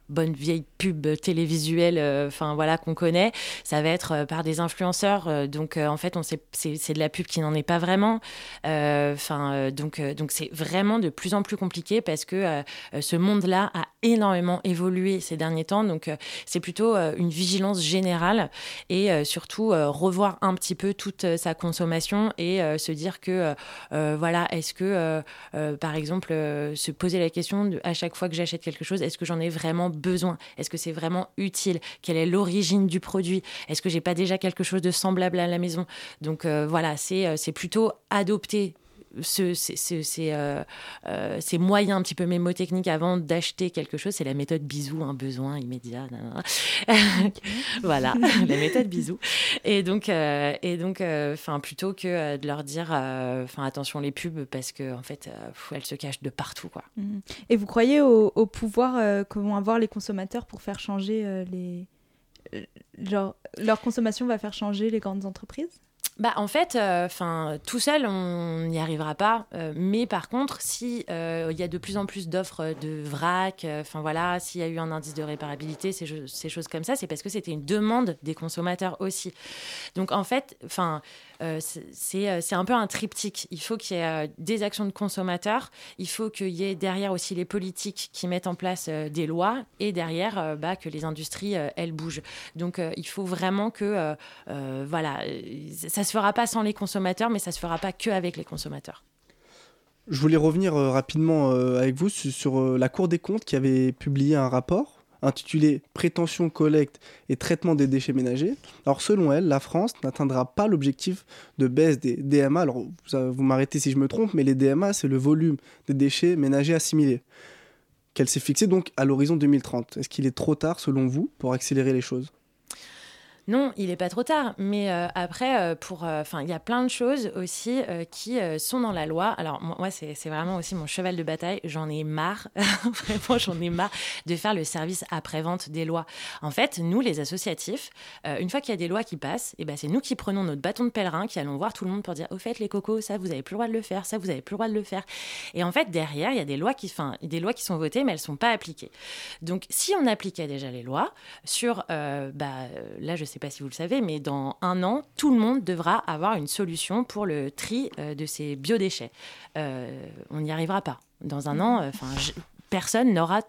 Speaker 4: bonne vieille pub télévisuelle qu'on connaît. Ça va être par des influenceurs. Donc, en fait, c'est de la pub qui n'en est pas vraiment. Donc, c'est vraiment de plus en plus compliqué parce que ce monde-là a énormément évolué ces derniers temps. Donc, c'est plutôt une vigilance générale et surtout revoir un petit peu toute sa consommation et se dire que, est-ce que, par exemple, se poser la question à chaque fois que j'achète quelque chose, est-ce que j'en ai vraiment besoin? Est-ce que c'est vraiment utile? Quelle est l'origine du produit? Est-ce que j'ai pas déjà quelque chose de semblable à la maison? Donc c'est plutôt adopter ces moyens un petit peu mémotechniques avant d'acheter quelque chose. C'est la méthode bisou, un besoin immédiat. Voilà, la méthode bisou. Et donc, plutôt que de leur dire attention les pubs parce que en fait elles se cachent de partout, quoi.
Speaker 2: Et vous croyez au pouvoir que vont avoir les consommateurs pour faire changer leur consommation va faire changer les grandes entreprises?
Speaker 4: En fait, tout seul, on n'y arrivera pas. Mais par contre, si il y a de plus en plus d'offres de vrac, s'il y a eu un indice de réparabilité, ces choses comme ça, c'est parce que c'était une demande des consommateurs aussi. Donc en fait, c'est un peu un triptyque. Il faut qu'il y ait des actions de consommateurs, il faut qu'il y ait derrière aussi les politiques qui mettent en place des lois et derrière que les industries, elles bougent. Donc il faut vraiment que ça se fera pas sans les consommateurs, mais ça se fera pas que avec les consommateurs.
Speaker 3: Je voulais revenir rapidement avec vous sur la Cour des comptes qui avait publié un rapport intitulé « Prétention, collecte et traitement des déchets ménagers ». Alors selon elle, la France n'atteindra pas l'objectif de baisse des DMA. Alors vous m'arrêtez si je me trompe, mais les DMA, c'est le volume des déchets ménagers assimilés, qu'elle s'est fixée donc à l'horizon 2030. Est-ce qu'il est trop tard selon vous pour accélérer les choses ?
Speaker 4: Non, il n'est pas trop tard. Mais après, il y a plein de choses aussi qui sont dans la loi. Alors, moi, c'est vraiment aussi mon cheval de bataille. J'en ai marre. Vraiment, j'en ai marre de faire le service après-vente des lois. En fait, nous, les associatifs, une fois qu'il y a des lois qui passent, c'est nous qui prenons notre bâton de pèlerin, qui allons voir tout le monde pour dire « Au fait, les cocos, ça, vous n'avez plus le droit de le faire. Ça, vous n'avez plus le droit de le faire. » Et en fait, derrière, il y a des lois qui sont votées, mais elles ne sont pas appliquées. Donc, si on appliquait déjà les lois sur... là, je sais pas si vous le savez, mais dans 1 an, tout le monde devra avoir une solution pour le tri de ses biodéchets. On n'y arrivera pas. Dans 1 an, personne n'aura...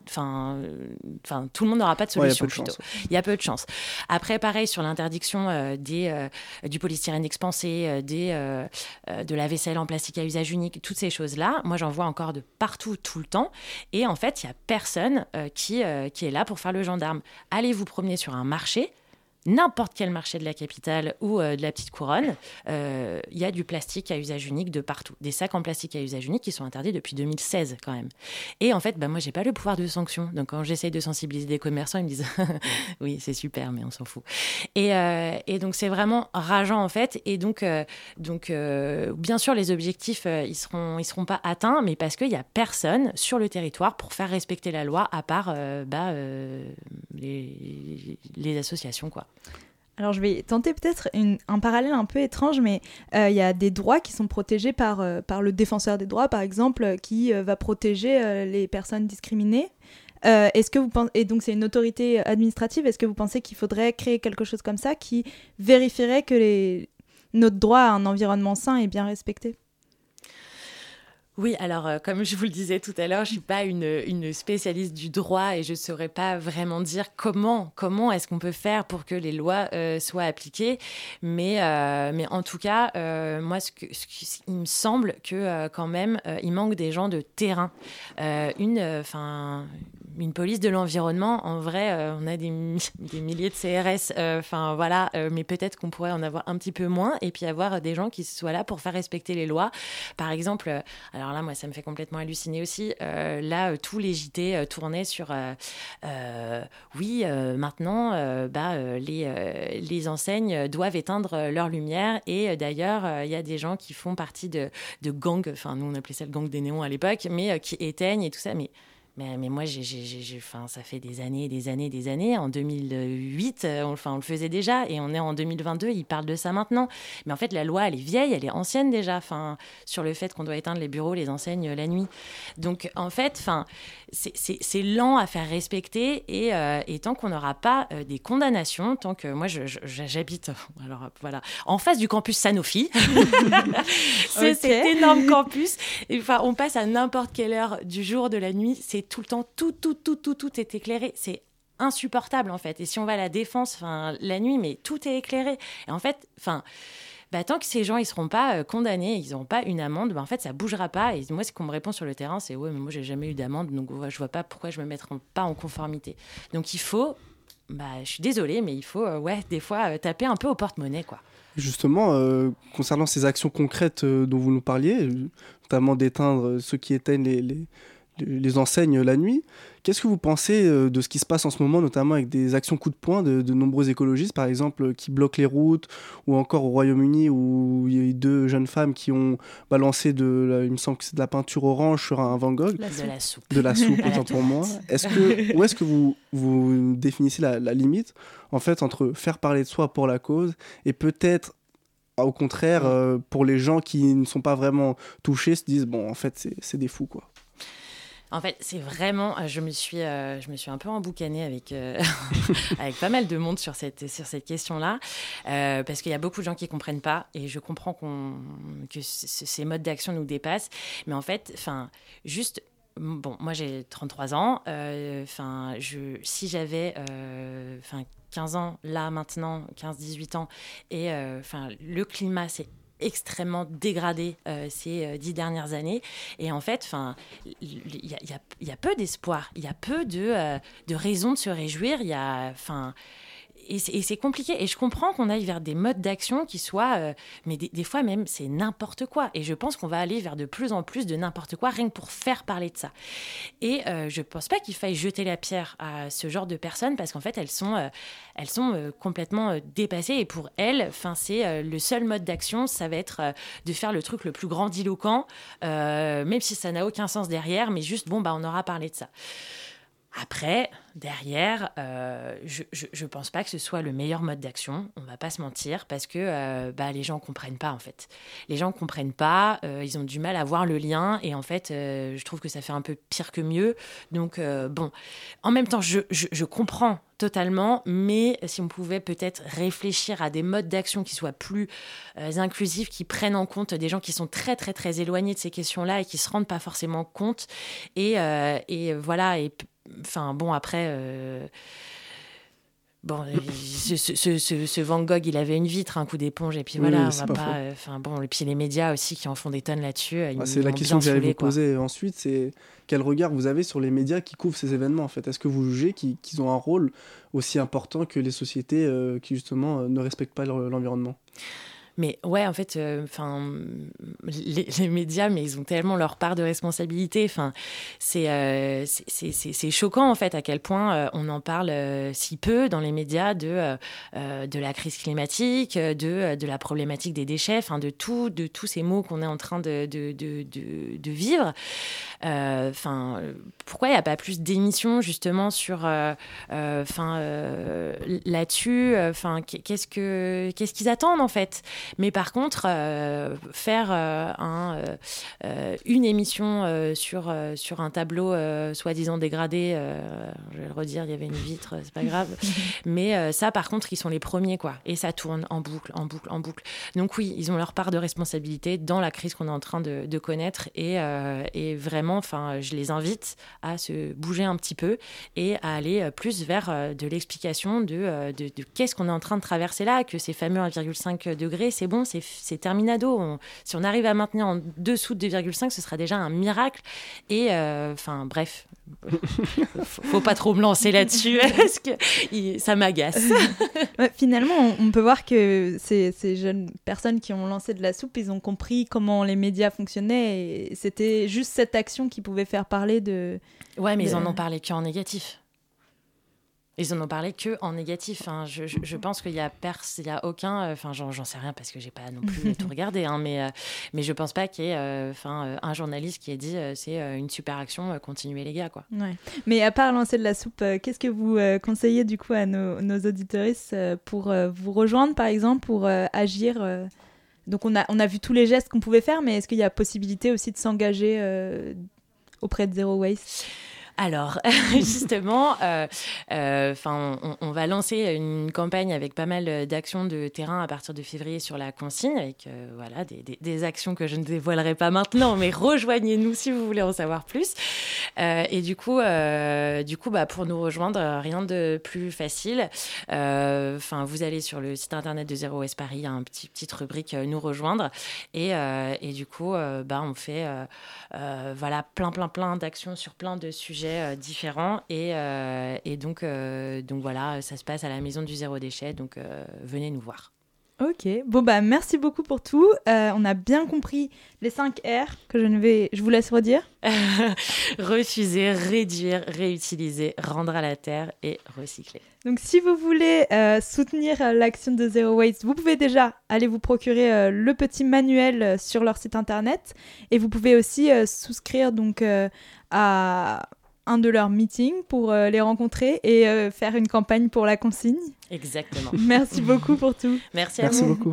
Speaker 4: tout le monde n'aura pas de solution. Il y a peu de chance. Après, pareil, sur l'interdiction du polystyrène expansé, de la vaisselle en plastique à usage unique, toutes ces choses-là, moi, j'en vois encore de partout, tout le temps. Et en fait, il n'y a personne qui est là pour faire le gendarme. Allez vous promener sur un marché, n'importe quel marché de la capitale ou de la petite couronne, il y a du plastique à usage unique de partout. Des sacs en plastique à usage unique qui sont interdits depuis 2016 quand même. Et en fait, moi, j'ai pas le pouvoir de sanction. Donc, quand j'essaye de sensibiliser des commerçants, ils me disent « Oui, c'est super, mais on s'en fout. » Et donc, c'est vraiment rageant en fait. Et donc bien sûr, les objectifs, ils seront pas atteints, mais parce qu'il y a personne sur le territoire pour faire respecter la loi à part les associations, quoi.
Speaker 2: Alors, je vais tenter peut-être un parallèle un peu étrange, mais il y a des droits qui sont protégés par le défenseur des droits, par exemple, qui va protéger les personnes discriminées. Est-ce que vous pensez, et donc c'est une autorité administrative, est-ce que vous pensez qu'il faudrait créer quelque chose comme ça qui vérifierait que notre droit à un environnement sain est bien respecté ?
Speaker 4: Oui, alors comme je vous le disais tout à l'heure, je ne suis pas une spécialiste du droit et je ne saurais pas vraiment dire comment est-ce qu'on peut faire pour que les lois soient appliquées. Mais en tout cas, moi, il me semble que quand même, il manque des gens de terrain. Une police de l'environnement, en vrai, on a des milliers de CRS, mais peut-être qu'on pourrait en avoir un petit peu moins et puis avoir des gens qui soient là pour faire respecter les lois. Par exemple, alors là, moi, ça me fait complètement halluciner aussi. Tous les JT tournaient sur maintenant, les enseignes doivent éteindre leur lumière et d'ailleurs, il y a des gens qui font partie de gangs, nous on appelait ça le gang des néons à l'époque, mais qui éteignent et tout ça, mais Mais moi, ça fait des années. En 2008, on le faisait déjà. Et on est en 2022, ils parlent de ça maintenant. Mais en fait, la loi, elle est vieille, elle est ancienne déjà, sur le fait qu'on doit éteindre les bureaux, les enseignes la nuit. Donc, en fait, c'est lent à faire respecter. Et tant qu'on n'aura pas des condamnations, tant que moi, j'habite en face du campus Sanofi. C'est cet énorme campus. On passe à n'importe quelle heure du jour, de la nuit. C'est tout le temps, tout est éclairé. C'est insupportable, en fait. Et si on va à la Défense, la nuit, mais tout est éclairé. Et en fait, tant que ces gens, ils seront pas condamnés, ils n'auront pas une amende, en fait, ça bougera pas. Et moi, ce qu'on me répond sur le terrain, c'est « Ouais, mais moi, j'ai jamais eu d'amende, donc je vois pas pourquoi je me mettrai pas en conformité. » Donc, il faut... je suis désolée, mais il faut, des fois, taper un peu au porte-monnaie, quoi.
Speaker 3: Justement, concernant ces actions concrètes dont vous nous parliez, notamment d'éteindre ceux qui éteignent les enseignes la nuit, qu'est-ce que vous pensez de ce qui se passe en ce moment, notamment avec des actions coup de poing de nombreux écologistes, par exemple, qui bloquent les routes, ou encore au Royaume-Uni, où il y a eu 2 jeunes femmes qui ont balancé il me semble que c'est de la peinture orange sur un Van Gogh. De la soupe, autant pour moi. Où est-ce que vous définissez la limite, en fait, entre faire parler de soi pour la cause et peut-être, au contraire, pour les gens qui ne sont pas vraiment touchés, se disent, bon, en fait, c'est des fous, quoi.
Speaker 4: En fait, c'est vraiment... Je me suis un peu emboucanée avec pas mal de monde sur cette question-là, parce qu'il y a beaucoup de gens qui ne comprennent pas, et je comprends que ces modes d'action nous dépassent. Mais en fait, juste... Bon, moi, j'ai 33 ans. Si j'avais 15 ans, là, maintenant, 15-18 ans, et le climat, c'est extrêmement dégradé ces 10 dernières années. Et en fait, il y a peu d'espoir, il y a peu de raisons de se réjouir. Et c'est compliqué. Et je comprends qu'on aille vers des modes d'action qui soient... mais des fois même, c'est n'importe quoi. Et je pense qu'on va aller vers de plus en plus de n'importe quoi, rien que pour faire parler de ça. Et je ne pense pas qu'il faille jeter la pierre à ce genre de personnes, parce qu'en fait, elles sont complètement dépassées. Et pour elles, c'est le seul mode d'action, ça va être de faire le truc le plus grandiloquent, même si ça n'a aucun sens derrière, mais juste, on aura parlé de ça. Après, derrière, je pense pas que ce soit le meilleur mode d'action, on va pas se mentir, parce que les gens comprennent pas, en fait. Les gens comprennent pas, ils ont du mal à voir le lien, et en fait, je trouve que ça fait un peu pire que mieux. Donc, en même temps, je comprends totalement, mais si on pouvait peut-être réfléchir à des modes d'action qui soient plus inclusifs, qui prennent en compte des gens qui sont très, très, très éloignés de ces questions-là et qui se rendent pas forcément compte, et voilà, et après... ce Van Gogh, il avait une vitre, un coup d'éponge, et puis voilà, on va pas... et puis les médias aussi qui en font des tonnes là-dessus.
Speaker 3: C'est la question que j'allais vous poser ensuite, c'est quel regard vous avez sur les médias qui couvrent ces événements, en fait. Est-ce que vous jugez qu'ils ont un rôle aussi important que les sociétés qui, justement, ne respectent pas l'environnement ?
Speaker 4: Mais ouais, en fait, les médias, mais ils ont tellement leur part de responsabilité. C'est choquant, en fait, à quel point on en parle si peu dans les médias de la crise climatique, de la problématique des déchets, de tous ces maux qu'on est en train de vivre. Pourquoi il n'y a pas plus d'émissions, justement, sur là-dessus, qu'est-ce qu'ils attendent, en fait? Mais par contre, faire une émission sur un tableau soi-disant dégradé, je vais le redire, il y avait une vitre, c'est pas grave. Mais ça, par contre, ils sont les premiers, quoi. Et ça tourne en boucle. Donc oui, ils ont leur part de responsabilité dans la crise qu'on est en train de connaître. Et vraiment, je les invite à se bouger un petit peu et à aller plus vers de l'explication de qu'est-ce qu'on est en train de traverser là, que ces fameux 1,5 degrés, c'est bon, c'est terminado. Si on arrive à maintenir en dessous de 2,5, ce sera déjà un miracle. Et bref, faut pas trop me lancer là-dessus parce que ça m'agace.
Speaker 2: Finalement, on peut voir que ces jeunes personnes qui ont lancé de la soupe, ils ont compris comment les médias fonctionnaient et c'était juste cette action qui pouvait faire parler de...
Speaker 4: Ouais, mais ils en ont parlé qu'en négatif. Ils en ont parlé que en négatif. Hein. Je pense qu'il y a aucun. Enfin, j'en sais rien parce que j'ai pas non plus tout regardé. Hein, mais je pense pas qu'il y ait un journaliste qui ait dit c'est une super action, continuez les gars, quoi.
Speaker 2: Ouais. Mais à part lancer de la soupe, qu'est-ce que vous conseillez du coup à nos auditeuristes pour vous rejoindre, par exemple, pour agir Donc on a vu tous les gestes qu'on pouvait faire, mais est-ce qu'il y a possibilité aussi de s'engager auprès de Zero Waste ?
Speaker 4: Alors, justement, on va lancer une campagne avec pas mal d'actions de terrain à partir de février sur la consigne, avec des actions que je ne dévoilerai pas maintenant, mais rejoignez-nous si vous voulez en savoir plus. Et du coup, pour nous rejoindre, rien de plus facile. Vous allez sur le site internet de Zero Waste Paris, il y a une petite rubrique nous rejoindre, et du coup, on fait plein d'actions sur plein de sujets différents et donc voilà, ça se passe à la maison du zéro déchet, donc venez nous voir.
Speaker 2: Ok, bon merci beaucoup pour tout. On a bien compris les 5 R que je vous laisse redire.
Speaker 4: Refuser, réduire, réutiliser, rendre à la terre et recycler.
Speaker 2: Donc si vous voulez soutenir l'action de Zero Waste, vous pouvez déjà aller vous procurer le petit manuel sur leur site internet, et vous pouvez aussi souscrire donc à un de leurs meetings pour les rencontrer et faire une campagne pour la consigne.
Speaker 4: Exactement.
Speaker 2: Merci beaucoup pour tout.
Speaker 4: Merci à vous.
Speaker 3: Merci beaucoup.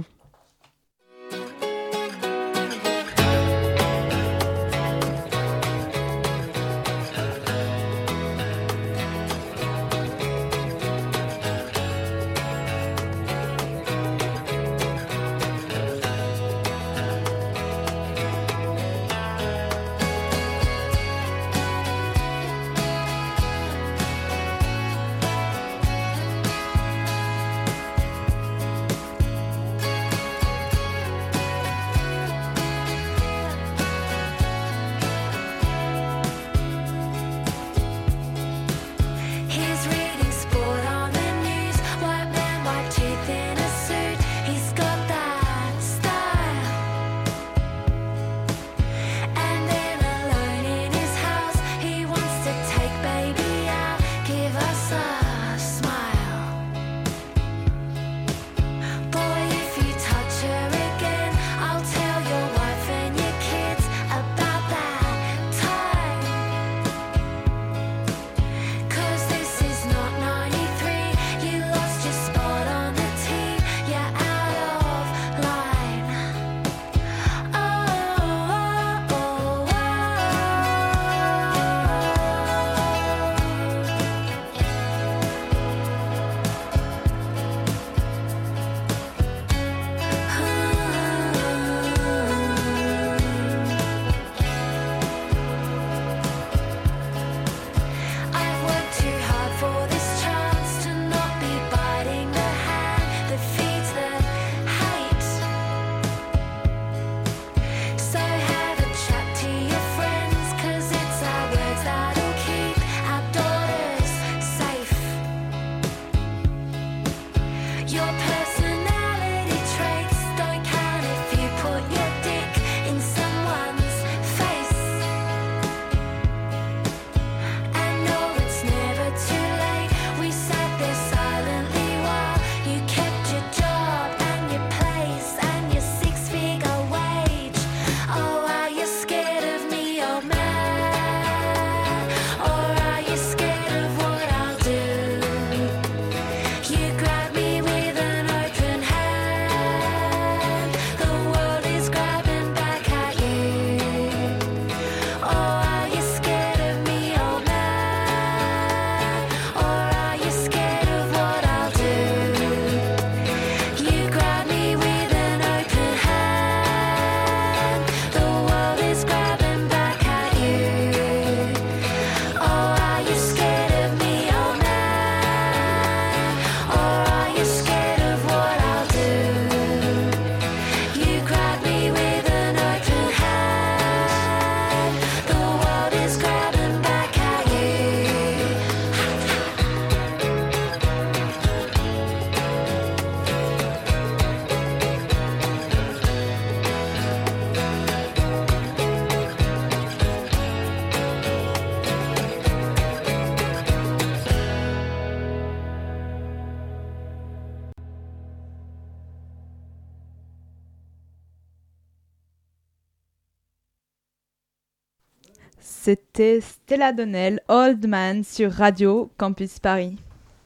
Speaker 2: C'était Stella Donnell, Old Man sur Radio Campus Paris.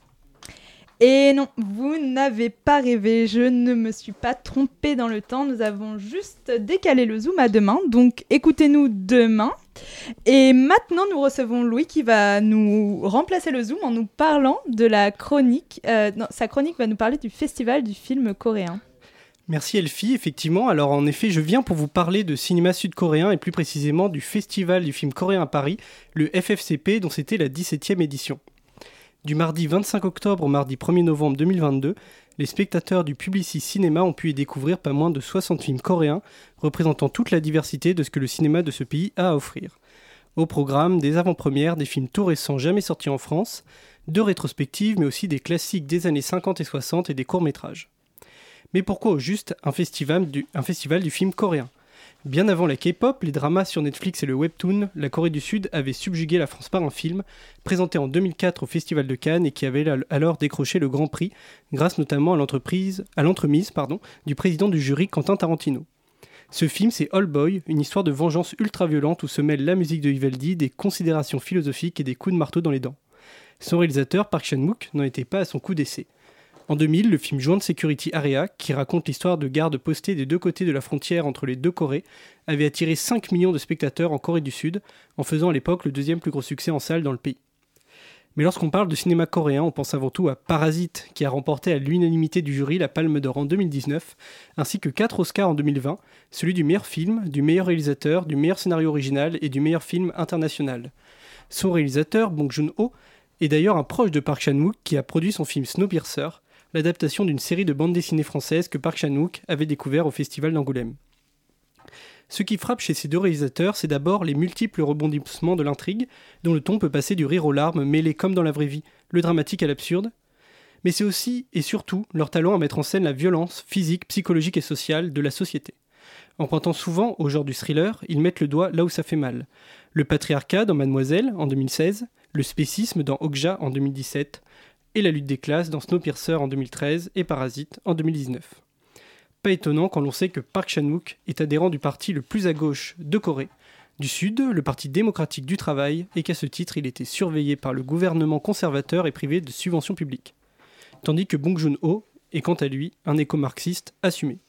Speaker 2: Et non, vous n'avez pas rêvé, je ne me suis pas trompée dans le temps, nous avons juste décalé le Zoom à demain, donc écoutez-nous demain. Et maintenant, nous recevons Louis qui va nous remplacer le Zoom en nous parlant de la chronique. Sa chronique va nous parler du festival du film coréen.
Speaker 6: Merci Elfie, effectivement. Alors en effet, je viens pour vous parler de cinéma sud-coréen et plus précisément du festival du film coréen à Paris, le FFCP, dont c'était la 17e édition. Du mardi 25 octobre au mardi 1er novembre 2022, les spectateurs du Publicis Cinéma ont pu y découvrir pas moins de 60 films coréens représentant toute la diversité de ce que le cinéma de ce pays a à offrir. Au programme, des avant-premières, des films tout récents jamais sortis en France, de rétrospectives mais aussi des classiques des années 50 et 60 et des courts-métrages. Mais pourquoi au juste un festival du film coréen ? Bien avant la K-pop, les dramas sur Netflix et le webtoon, la Corée du Sud avait subjugué la France par un film, présenté en 2004 au Festival de Cannes et qui avait alors décroché le Grand Prix, grâce notamment à l'entremise du président du jury Quentin Tarantino. Ce film, c'est All Boy, une histoire de vengeance ultra-violente où se mêlent la musique de Vivaldi, des considérations philosophiques et des coups de marteau dans les dents. Son réalisateur, Park Chan-wook, n'en était pas à son coup d'essai. En 2000, le film Joint Security Area, qui raconte l'histoire de gardes postés des deux côtés de la frontière entre les deux Corées, avait attiré 5 millions de spectateurs en Corée du Sud, en faisant à l'époque le deuxième plus gros succès en salle dans le pays. Mais lorsqu'on parle de cinéma coréen, on pense avant tout à Parasite, qui a remporté à l'unanimité du jury la Palme d'Or en 2019, ainsi que 4 Oscars en 2020, celui du meilleur film, du meilleur réalisateur, du meilleur scénario original et du meilleur film international. Son réalisateur, Bong Joon-ho, est d'ailleurs un proche de Park Chan-wook qui a produit son film Snowpiercer, l'adaptation d'une série de bandes dessinées françaises que Park Chan-wook avait découvert au Festival d'Angoulême. Ce qui frappe chez ces deux réalisateurs, c'est d'abord les multiples rebondissements de l'intrigue, dont le ton peut passer du rire aux larmes, mêlé comme dans la vraie vie, le dramatique à l'absurde, mais c'est aussi et surtout leur talent à mettre en scène la violence physique, psychologique et sociale de la société. En pointant souvent au genre du thriller, ils mettent le doigt là où ça fait mal. Le patriarcat dans Mademoiselle en 2016, le spécisme dans Okja en 2017, et la lutte des classes dans Snowpiercer en 2013 et Parasite en 2019. Pas étonnant quand l'on sait que Park Chan-wook est adhérent du parti le plus à gauche de Corée du Sud, le Parti démocratique du travail, et qu'à ce titre il était surveillé par le gouvernement conservateur et privé de subventions publiques. Tandis que Bong Joon-ho est quant à lui un éco-marxiste assumé.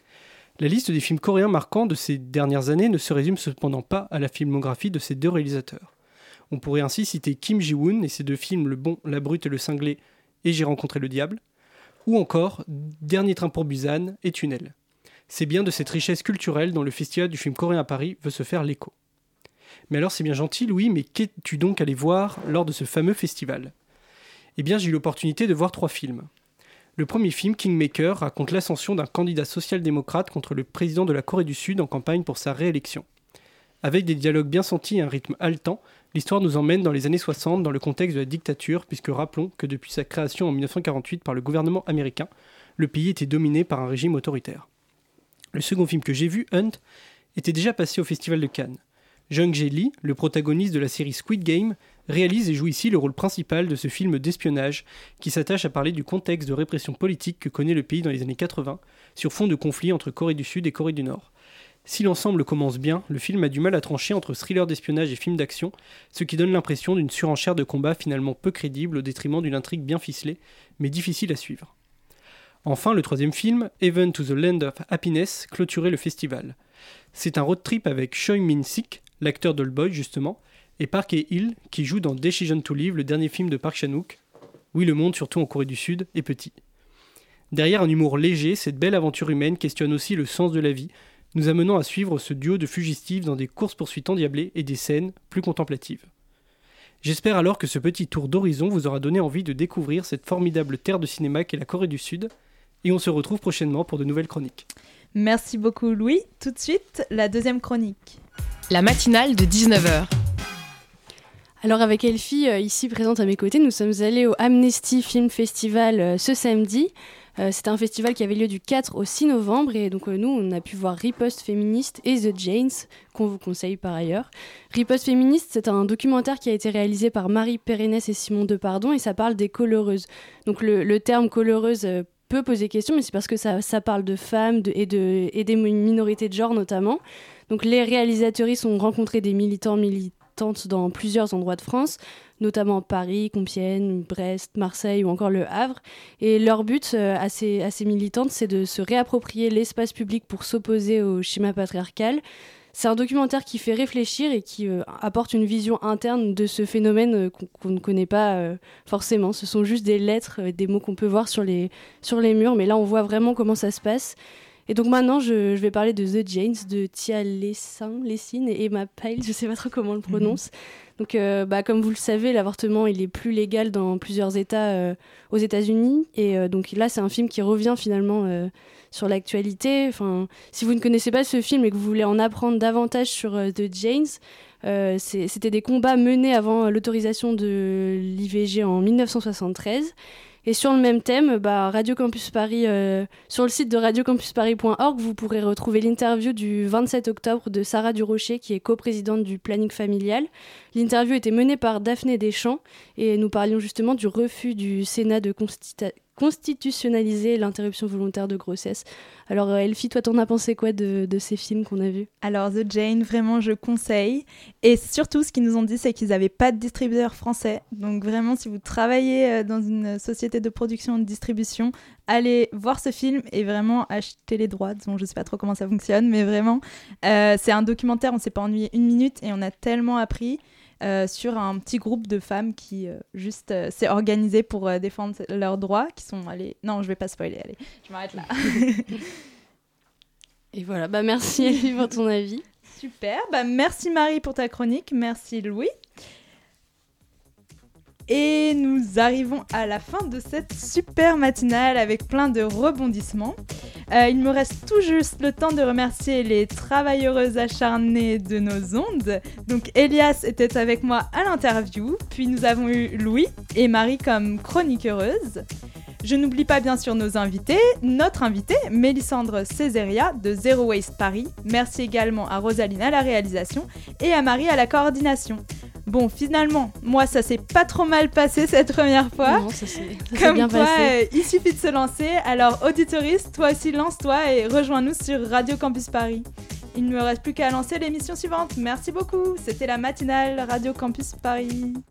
Speaker 6: La liste des films coréens marquants de ces dernières années ne se résume cependant pas à la filmographie de ces deux réalisateurs. On pourrait ainsi citer Kim Ji-woon et ses deux films Le Bon, la Brute et le Cinglé et J'ai rencontré le diable, ou encore Dernier train pour Busan et Tunnel. C'est bien de cette richesse culturelle dont le Festival du film coréen à Paris veut se faire l'écho. Mais alors c'est bien gentil Louis, mais qu'es-tu donc allé voir lors de ce fameux festival ? Eh bien j'ai eu l'opportunité de voir 3 films. Le premier film, Kingmaker, raconte l'ascension d'un candidat social-démocrate contre le président de la Corée du Sud en campagne pour sa réélection. Avec des dialogues bien sentis et un rythme haletant, l'histoire nous emmène dans les années 60 dans le contexte de la dictature, puisque rappelons que depuis sa création en 1948 par le gouvernement américain, le pays était dominé par un régime autoritaire. Le second film que j'ai vu, Hunt, était déjà passé au Festival de Cannes. Jung Jae-lee, le protagoniste de la série Squid Game, réalise et joue ici le rôle principal de ce film d'espionnage qui s'attache à parler du contexte de répression politique que connaît le pays dans les années 80, sur fond de conflit entre Corée du Sud et Corée du Nord. Si l'ensemble commence bien, le film a du mal à trancher entre thriller d'espionnage et film d'action, ce qui donne l'impression d'une surenchère de combat finalement peu crédible au détriment d'une intrigue bien ficelée, mais difficile à suivre. Enfin, le troisième film, Heaven to the Land of Happiness, clôturait le festival. C'est un road trip avec Choi Min-sik, l'acteur d'Old Boy justement, et Park Hae-il, qui joue dans Decision to Live, le dernier film de Park Chan-wook. Oui, le monde, surtout en Corée du Sud, est petit. Derrière un humour léger, cette belle aventure humaine questionne aussi le sens de la vie, nous amenant à suivre ce duo de fugitifs dans des courses-poursuites endiablées et des scènes plus contemplatives. J'espère alors que ce petit tour d'horizon vous aura donné envie de découvrir cette formidable terre de cinéma qu'est la Corée du Sud, et on se retrouve prochainement pour de nouvelles chroniques.
Speaker 2: Merci beaucoup Louis. Tout de suite, la deuxième chronique.
Speaker 1: La matinale de 19h.
Speaker 7: Alors avec Elfie, ici présente à mes côtés, nous sommes allés au Amnesty Film Festival ce samedi. C'était un festival qui avait lieu du 4 au 6 novembre et donc nous on a pu voir Riposte Féministe et The Janes qu'on vous conseille par ailleurs. Riposte Féministe, c'est un documentaire qui a été réalisé par Marie Pérenès et Simon Depardon et ça parle des coloreuses. Donc le terme coleureuse peut poser question, mais c'est parce que ça parle de femmes et des minorités de genre notamment. Donc les réalisatrices ont rencontré des militants, militantes militantes dans plusieurs endroits de France, notamment Paris, Compiègne, Brest, Marseille ou encore Le Havre. Et leur but à ces militantes, c'est de se réapproprier l'espace public pour s'opposer au schéma patriarcal. C'est un documentaire qui fait réfléchir et qui apporte une vision interne de ce phénomène qu'on ne connaît pas forcément. Ce sont juste des lettres, des mots qu'on peut voir sur les murs, mais là on voit vraiment comment ça se passe. Et donc maintenant, je vais parler de The Janes, de Tia Lessine et Emma Pyle, je ne sais pas trop comment on le prononce. Donc, comme vous le savez, l'avortement, il est plus légal dans plusieurs États aux États-Unis. Et donc là, c'est un film qui revient finalement sur l'actualité. Enfin, si vous ne connaissez pas ce film et que vous voulez en apprendre davantage sur The Janes, c'était des combats menés avant l'autorisation de l'IVG en 1973. Et sur le même thème, Radio Campus Paris, sur le site de radiocampusparis.org, vous pourrez retrouver l'interview du 27 octobre de Sarah Durocher, qui est coprésidente du planning familial. L'interview était menée par Daphné Deschamps et nous parlions justement du refus du Sénat de constitutionnaliser l'interruption volontaire de grossesse. Alors Elfie, toi t'en as pensé quoi de ces films qu'on a vus ?
Speaker 2: Alors The Jane, vraiment je conseille. Et surtout ce qu'ils nous ont dit, c'est qu'ils n'avaient pas de distributeur français. Donc vraiment, si vous travaillez dans une société de production et de distribution, allez voir ce film et vraiment acheter les droits. Bon, je sais pas trop comment ça fonctionne, mais vraiment, c'est un documentaire, on s'est pas ennuyé une minute et on a tellement appris. Sur un petit groupe de femmes qui s'est organisé pour défendre leurs droits, qui sont allées... Non, je vais pas spoiler, allez, je m'arrête là.
Speaker 7: Et voilà, merci Elfie pour ton avis.
Speaker 2: Super, merci Marie pour ta chronique, merci Louis. Et nous arrivons à la fin de cette super matinale avec plein de rebondissements. Il me reste tout juste le temps de remercier les travailleuses acharnées de nos ondes. Donc Elias était avec moi à l'interview, puis nous avons eu Louis et Marie comme chroniqueuses. Je n'oublie pas bien sûr nos invités, notre invitée Mélissandre Césaria de Zero Waste Paris. Merci également à Rosaline à la réalisation et à Marie à la coordination. Bon, finalement, moi, ça s'est pas trop mal passé cette première fois.
Speaker 7: Non, ça s'est
Speaker 2: Comme
Speaker 7: bien
Speaker 2: quoi,
Speaker 7: passé.
Speaker 2: Il suffit de se lancer. Alors, auditoriste, toi aussi, lance-toi et rejoins-nous sur Radio Campus Paris. Il ne me reste plus qu'à lancer l'émission suivante. Merci beaucoup. C'était la matinale Radio Campus Paris.